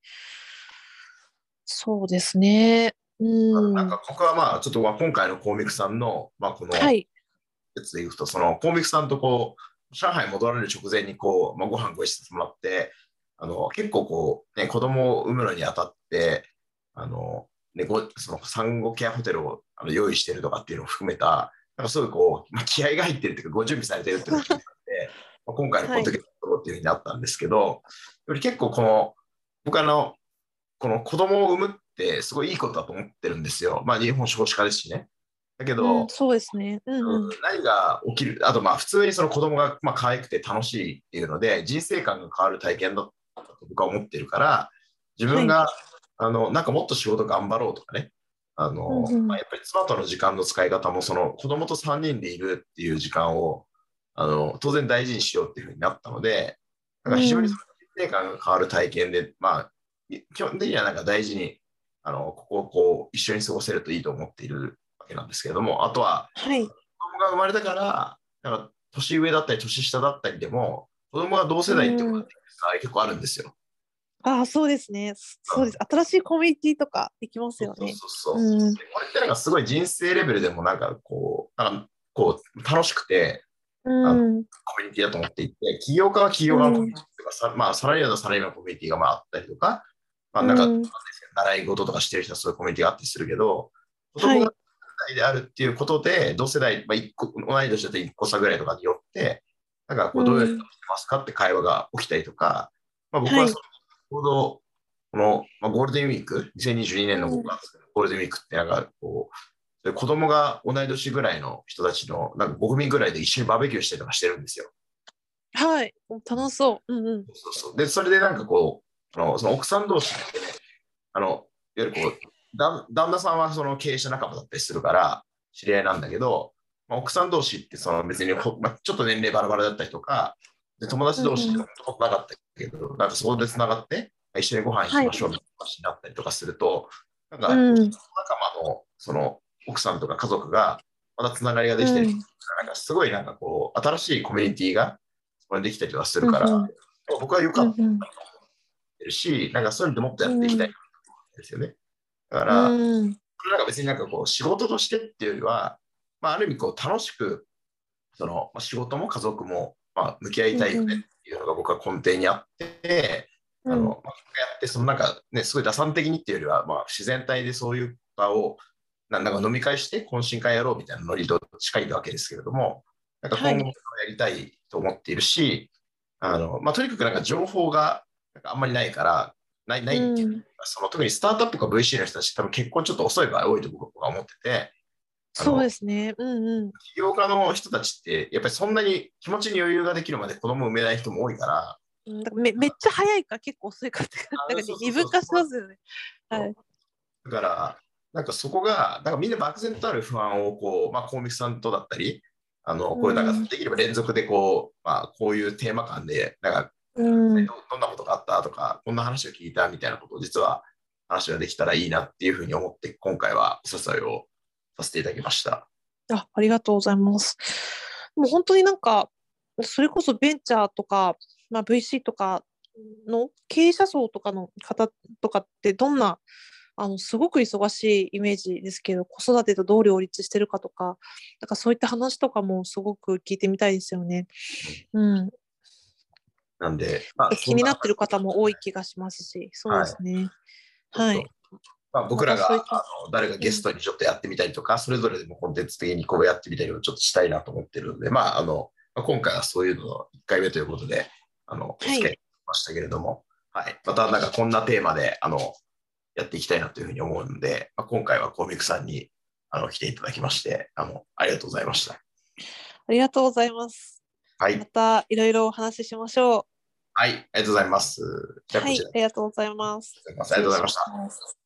そうですね。 よ。なうん。 んか僕はまあ、ちょっと今回のコウミクさんの、まあ、このはい。 やつでいくと、そのコウミクさんとこう、上海戻られる直前にこう、まあ、ご飯ご一緒させてもらって、あの結構こう、ね、子供を産むのにあたって、あの、ね、ごその産後ケアホテルをあの用意してるとかっていうのを含めた、なんかすごいこう、まあ、気合が入ってるっていうか、ご準備されてるっていうのを聞いたんで、まあ、今回のポはい。 ッドキャストっていうふうになったんですけど、より結構この、僕あの、この子供を産むってすごいいいことだと思ってるんですよ。まあ日本少子化ですしね。だけうん、 ど、 そうですね。うんうん。 何が起きる、あとまあ普通にその子供がまあ可愛くて楽しいっていうので、人生観が変わる体験だったと僕は思ってるから、自はい。 分があのなんかもっと仕事頑張ろうとかね、あのうんうん。 まあ、やっぱり妻との時間の使い方もその子供とさんにんでいるっていう時間をあの当然大事にしようっていうふうになったので、なんか非常にそのうん。 人生観が変わる体験で、まあ、基本的にはなんか大事にあのここをこう一緒に過ごせるといいと思っているわけなんですけれども、あとははい。 子供が生まれたから、なんか年上だったり年下だったりでも、子供が同世代ってことがうん。 結構あるんですよ。 ああ、そうですね。そうです。新しいコミュニティとかできますよね。 そうそうそうそう。 うん。 でこれってなんかすごい人生レベルでもなんかこう、なんかこう楽しくて、 うあのん。 コミュニティだと思っていて、起業家は起う業家のコミュん。 ニティとか、さまあ、サラリーマンのサラリーマンのコミュニティがまああったりとか、まあ、 うなんかん。 習い事とかしてる人はそういうコミュニティがあったりするけど、子供がはい。 代であるっていうことで、同世代、まあ、一個、同い年だといっこ差ぐらいとかによって、なんかこう、どうやってしてますかって会話が起きたりとか、まあ、僕はい。 はその、ちょうど、この、まあ、ゴールデンウィーク、にせんにじゅうにねんのうん。 ごがつ、ゴールデンウィークってなんかこう、で子供が同い年ぐらいの人たちの、なんかご組ぐらいで一緒にバーベキューしたりとかしてるんですよ。 はい。楽しそう。うんうん。 そうそう。で、それでなんかこう、あのその奥さん同士でね、あの、いわゆるこう、だ旦那さんはその経営者仲間だったりするから、知り合いなんだけど、まあ、奥さん同士ってその別にほ、まあ、ちょっと年齢バラバラだったりとか、で友達同士ってうんうん。 ことなかったけど、なんかそこでつながって、一緒にご飯行きはい。 ましょうみたいな話になったりとかすると、なんうか、 ん。 仲間のその奥さんとか家族がまたつながりができたりとか、 うん。 なんかすごいなんかこう、新しいコミュニティがそこにできたりとかするから、 うんうん。 僕は良かっうんうん。 たし、なんかそういうのもっとやっていきたいんうんですよね。だかうら、 ん。 なんか別になんかこう仕事としてっていうよりは、まあ、ある意味こう楽しく、その、まあ、仕事も家族も、まあ、向き合いたいよねうんっていうのが僕は根底にあって、あの、 うん。 まあ、やって、そのなんかね、すごい打算的にっていうよりは、まあ、自然体でそういう場を、ななんか飲み会して懇親会やろうみたいなノリと近いわけですけれども、なんか今後もはい。 やりたいと思っているし、あの、まあ、とにかくなんか情報がなんかあんまりないから、ない、なういっていうん。 か、その特にスタートアップとか ブイシー の人たち、多分結構ちょっと遅い場合多いと僕は思ってて、あそうでの、 すね。うんうん。 起業家の人たちって、やっぱりそんなに気持ちに余裕ができるまで子供を産めない人も多いから、 うん、だからめめっちゃ早いか結構遅いかって感じ、なんかあそうそうそう、 二分化しますよね。はい。 だから、なんかそこが、なんかみんな漠然とある不安をこう、まあ、コウミさんとだったり、あの、これなんかうん。 できれば連続でこう、まあ、こういうテーマ感で、なんか、 うん。 どどんなことがあったとか、こんな話を聞いたみたいなことを実は話ができたらいいなっていうふうに思って、今回はお誘いをさせていただきました。 あ、ありがとうございます。もう本当になんか、それこそベンチャーとか、まあ、ブイシー とかの経営者層とかの方とかってどんな、あの、すごく忙しいイメージですけど、子育てとどう両立してるかとか、なんかそういった話とかもすごく聞いてみたいですよね。うん。 なんで、まあ、そんな、 気になってる方も多い気がしますし、そうではい。 すね。 ちょっとはい。 まあ、僕らがまたそういった、 あの誰かゲスうん、 トにちょっとやってみたりとか、それぞれでもコンテンツ的にこうやってみたりをちょっとしたいなと思ってるので、まあ、あの、まあ、今回はそういうののいっかいめということで、あの、おはい。 付き合いしましたけれども、はい。またなんかこんなテーマで、あの、やっていきたいなというふうに思うので、まあ、今回はコミックさんにあの来ていただきまして、あの、ありがとうございました。 ありがとうございます。まはい。 たいろいろお話ししましょう。 はい。ありがとうございます。じゃあ、 はい、 こちらでありがとうございます。 ございます。ありがとうございま失礼しした。 ます。